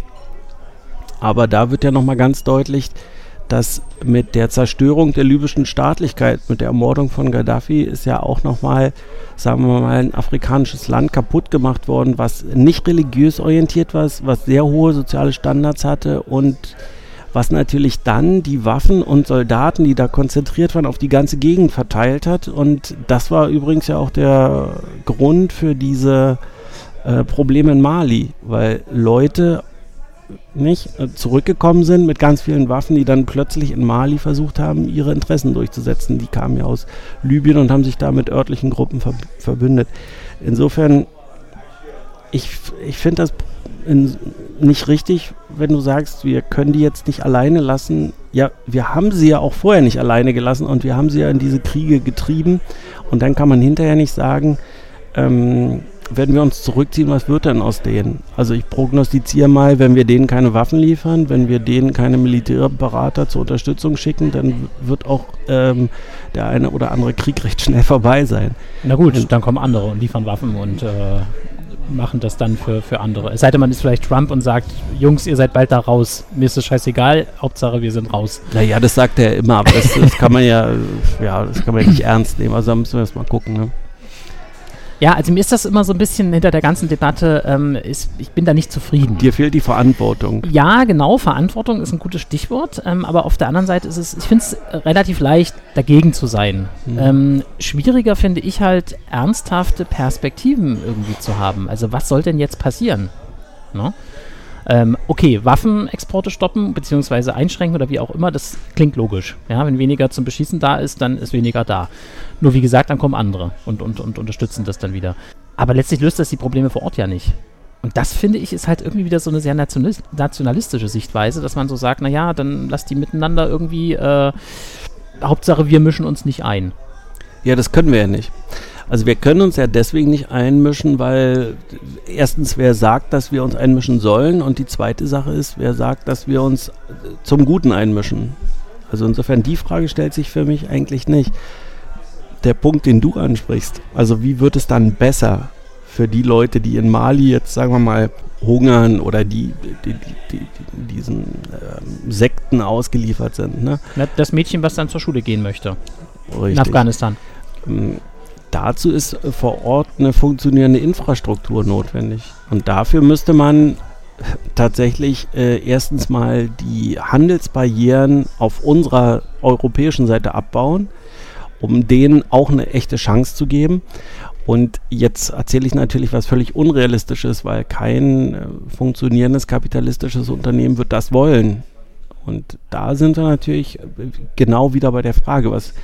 Aber da wird ja nochmal ganz deutlich, dass mit der Zerstörung der libyschen Staatlichkeit, mit der Ermordung von Gaddafi, ist ja auch nochmal, sagen wir mal, ein afrikanisches Land kaputt gemacht worden, was nicht religiös orientiert war, was sehr hohe soziale Standards hatte und was natürlich dann die Waffen und Soldaten, die da konzentriert waren, auf die ganze Gegend verteilt hat. Und das war übrigens ja auch der Grund für diese äh, Probleme in Mali, weil Leute nicht äh, zurückgekommen sind mit ganz vielen Waffen, die dann plötzlich in Mali versucht haben, ihre Interessen durchzusetzen. Die kamen ja aus Libyen und haben sich da mit örtlichen Gruppen ver- verbündet. Insofern, ich, ich finde das in, nicht richtig, wenn du sagst, wir können die jetzt nicht alleine lassen. Ja, wir haben sie ja auch vorher nicht alleine gelassen und wir haben sie ja in diese Kriege getrieben. Und dann kann man hinterher nicht sagen, ähm, wenn wir uns zurückziehen, was wird denn aus denen? Also ich prognostiziere mal, wenn wir denen keine Waffen liefern, wenn wir denen keine Militärberater zur Unterstützung schicken, dann wird auch ähm, der eine oder andere Krieg recht schnell vorbei sein. Na gut, und dann kommen andere und liefern Waffen und äh, machen das dann für, für andere. Es sei denn, man ist vielleicht Trump und sagt, Jungs, ihr seid bald da raus. Mir ist das scheißegal, Hauptsache wir sind raus. Naja, das sagt er immer, aber das, das kann man ja, ja, das kann man ja nicht ernst nehmen. Also da müssen wir erst mal gucken, ne? Ja, also mir ist das immer so ein bisschen hinter der ganzen Debatte, ähm, ist, ich bin da nicht zufrieden. Dir fehlt die Verantwortung. Ja, genau, Verantwortung ist ein gutes Stichwort, ähm, aber auf der anderen Seite ist es, ich finde es relativ leicht, dagegen zu sein. Mhm. Ähm, schwieriger finde ich halt, ernsthafte Perspektiven irgendwie zu haben. Also was soll denn jetzt passieren? No? Ähm, okay, Waffenexporte stoppen bzw. einschränken oder wie auch immer, das klingt logisch. Ja, wenn weniger zum Beschießen da ist, dann ist weniger da. Nur wie gesagt, dann kommen andere und, und, und unterstützen das dann wieder. Aber letztlich löst das die Probleme vor Ort ja nicht. Und das, finde ich, ist halt irgendwie wieder so eine sehr nationalis- nationalistische Sichtweise, dass man so sagt, naja, dann lass die miteinander irgendwie, äh, Hauptsache wir mischen uns nicht ein. Ja, das können wir ja nicht. Also wir können uns ja deswegen nicht einmischen, weil erstens, wer sagt, dass wir uns einmischen sollen, und die zweite Sache ist, wer sagt, dass wir uns zum Guten einmischen. Also insofern, die Frage stellt sich für mich eigentlich nicht. Der Punkt, den du ansprichst, also wie wird es dann besser für die Leute, die in Mali jetzt, sagen wir mal, hungern oder die, die, die, die diesen äh, Sekten ausgeliefert sind, ne? Das Mädchen, was dann zur Schule gehen möchte. Richtig. In Afghanistan. Ähm, Dazu ist äh, vor Ort eine funktionierende Infrastruktur notwendig. Und dafür müsste man tatsächlich äh, erstens mal die Handelsbarrieren auf unserer europäischen Seite abbauen, um denen auch eine echte Chance zu geben. Und jetzt erzähle ich natürlich was völlig Unrealistisches, weil kein äh, funktionierendes kapitalistisches Unternehmen wird das wollen. Und da sind wir natürlich genau wieder bei der Frage, was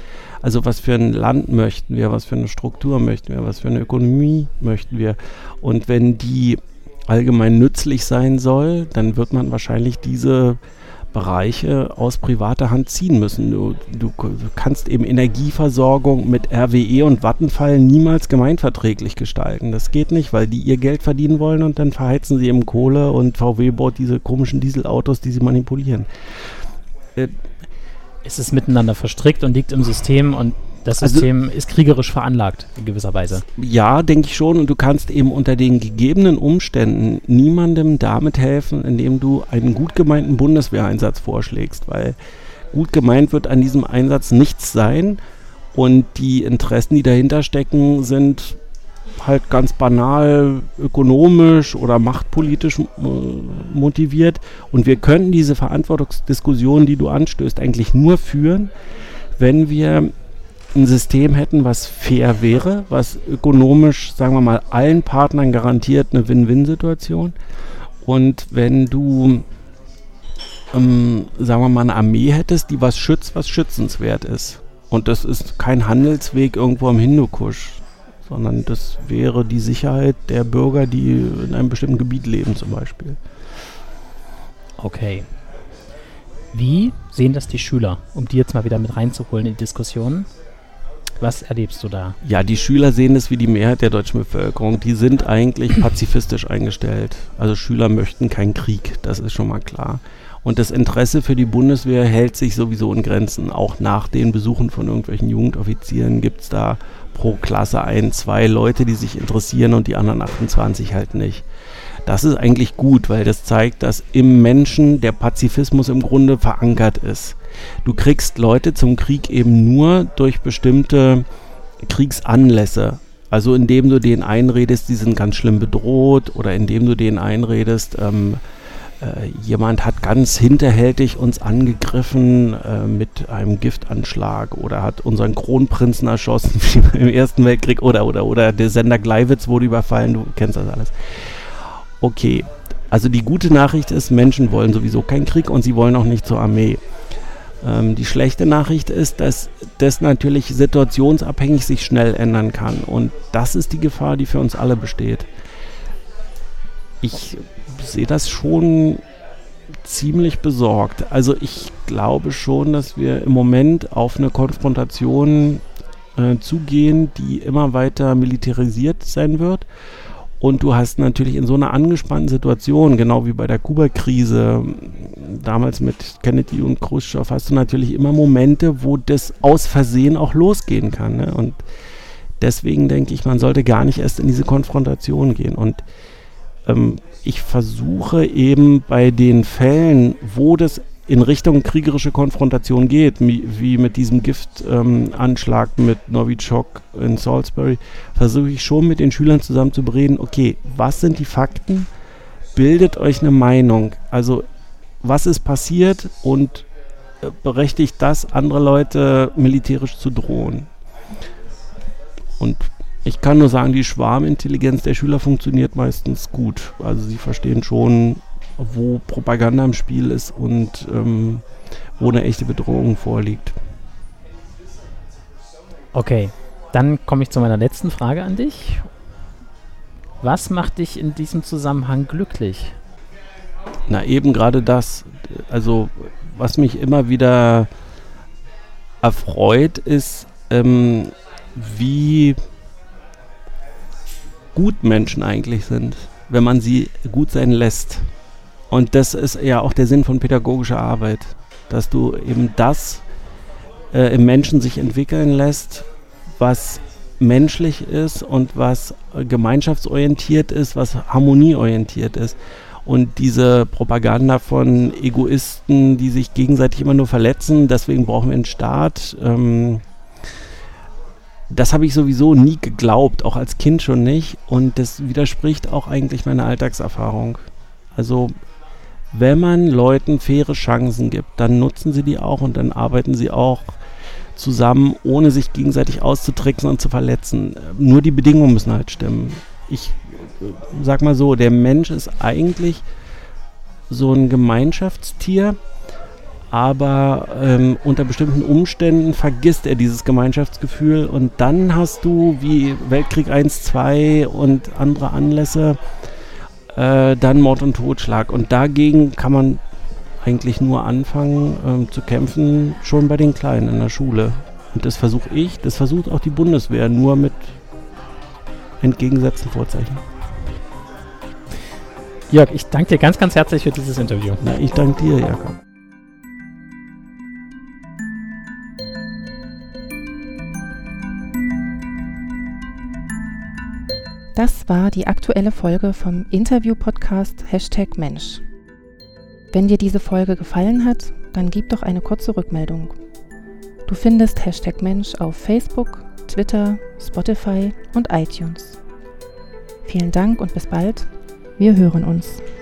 Also was für ein Land möchten wir, was für eine Struktur möchten wir, was für eine Ökonomie möchten wir. Und wenn die allgemein nützlich sein soll, dann wird man wahrscheinlich diese Bereiche aus privater Hand ziehen müssen. Du, du, du kannst eben Energieversorgung mit R W E und Vattenfall niemals gemeinverträglich gestalten. Das geht nicht, weil die ihr Geld verdienen wollen und dann verheizen sie eben Kohle und V W baut diese komischen Dieselautos, die sie manipulieren. Äh, es ist miteinander verstrickt und liegt im System und das System also, ist kriegerisch veranlagt in gewisser Weise. Ja, denke ich schon. Und du kannst eben unter den gegebenen Umständen niemandem damit helfen, indem du einen gut gemeinten Bundeswehreinsatz vorschlägst. Weil gut gemeint wird an diesem Einsatz nichts sein. Und die Interessen, die dahinter stecken, sind halt ganz banal ökonomisch oder machtpolitisch äh, motiviert. Und wir könnten diese Verantwortungsdiskussion, die du anstößt, eigentlich nur führen, wenn wir ein System hätten, was fair wäre, was ökonomisch, sagen wir mal, allen Partnern garantiert eine Win-Win-Situation. Und wenn du, ähm, sagen wir mal, eine Armee hättest, die was schützt, was schützenswert ist. Und das ist kein Handelsweg irgendwo am Hindukusch, sondern das wäre die Sicherheit der Bürger, die in einem bestimmten Gebiet leben zum Beispiel. Okay. Wie sehen das die Schüler, um die jetzt mal wieder mit reinzuholen in die Diskussion? Was erlebst du da? Ja, die Schüler sehen es wie die Mehrheit der deutschen Bevölkerung. Die sind eigentlich pazifistisch eingestellt. Also Schüler möchten keinen Krieg, das ist schon mal klar. Und das Interesse für die Bundeswehr hält sich sowieso in Grenzen. Auch nach den Besuchen von irgendwelchen Jugendoffizieren gibt es da pro Klasse ein, zwei Leute, die sich interessieren und die anderen achtundzwanzig halt nicht. Das ist eigentlich gut, weil das zeigt, dass im Menschen der Pazifismus im Grunde verankert ist. Du kriegst Leute zum Krieg eben nur durch bestimmte Kriegsanlässe. Also indem du denen einredest, die sind ganz schlimm bedroht, oder indem du denen einredest, ähm, äh, jemand hat ganz hinterhältig uns angegriffen äh, mit einem Giftanschlag oder hat unseren Kronprinzen erschossen wie im Ersten Weltkrieg oder oder oder der Sender Gleiwitz wurde überfallen, du kennst das alles. Okay, also die gute Nachricht ist, Menschen wollen sowieso keinen Krieg und sie wollen auch nicht zur Armee. Ähm, die schlechte Nachricht ist, dass das natürlich situationsabhängig sich schnell ändern kann. Und das ist die Gefahr, die für uns alle besteht. Ich sehe das schon ziemlich besorgt. Also ich glaube schon, dass wir im Moment auf eine Konfrontation äh, zugehen, die immer weiter militarisiert sein wird. Und du hast natürlich in so einer angespannten Situation, genau wie bei der Kuba-Krise, damals mit Kennedy und Khrushchev, hast du natürlich immer Momente, wo das aus Versehen auch losgehen kann. Ne? Und deswegen denke ich, man sollte gar nicht erst in diese Konfrontation gehen. Und ähm, ich versuche eben bei den Fällen, wo das in Richtung kriegerische Konfrontation geht, wie, wie mit diesem Giftanschlag ähm, mit Novichok in Salisbury, versuche ich schon mit den Schülern zusammen zu bereden, okay, was sind die Fakten? Bildet euch eine Meinung. Also, was ist passiert und äh, berechtigt das, andere Leute militärisch zu drohen? Und ich kann nur sagen, die Schwarmintelligenz der Schüler funktioniert meistens gut. Also sie verstehen schon, wo Propaganda im Spiel ist und ähm, wo eine echte Bedrohung vorliegt. Okay, dann komme ich zu meiner letzten Frage an dich. Was macht dich in diesem Zusammenhang glücklich? Na, eben gerade das. Also, was mich immer wieder erfreut, ist, ähm, wie gut Menschen eigentlich sind, wenn man sie gut sein lässt. Und das ist ja auch der Sinn von pädagogischer Arbeit, dass du eben das äh, im Menschen sich entwickeln lässt, was menschlich ist und was äh, gemeinschaftsorientiert ist, was harmonieorientiert ist. Und diese Propaganda von Egoisten, die sich gegenseitig immer nur verletzen, deswegen brauchen wir einen Staat, ähm, das habe ich sowieso nie geglaubt, auch als Kind schon nicht. Und das widerspricht auch eigentlich meiner Alltagserfahrung. Also wenn man Leuten faire Chancen gibt, dann nutzen sie die auch und dann arbeiten sie auch zusammen, ohne sich gegenseitig auszutricksen und zu verletzen. Nur die Bedingungen müssen halt stimmen. Ich sag mal so, der Mensch ist eigentlich so ein Gemeinschaftstier, aber ähm, unter bestimmten Umständen vergisst er dieses Gemeinschaftsgefühl und dann hast du wie Weltkrieg eins, zwei und andere Anlässe äh, dann Mord und Totschlag und dagegen kann man eigentlich nur anfangen ähm, zu kämpfen, schon bei den Kleinen in der Schule. Und das versuche ich, das versucht auch die Bundeswehr, nur mit entgegengesetzten Vorzeichen. Jörg, ich danke dir ganz, ganz herzlich für dieses Interview. Na, ich danke dir, Jakob. Das war die aktuelle Folge vom Interview-Podcast Hashtag Mensch. Wenn dir diese Folge gefallen hat, dann gib doch eine kurze Rückmeldung. Du findest Hashtag Mensch auf Facebook, Twitter, Spotify und iTunes. Vielen Dank und bis bald. Wir hören uns.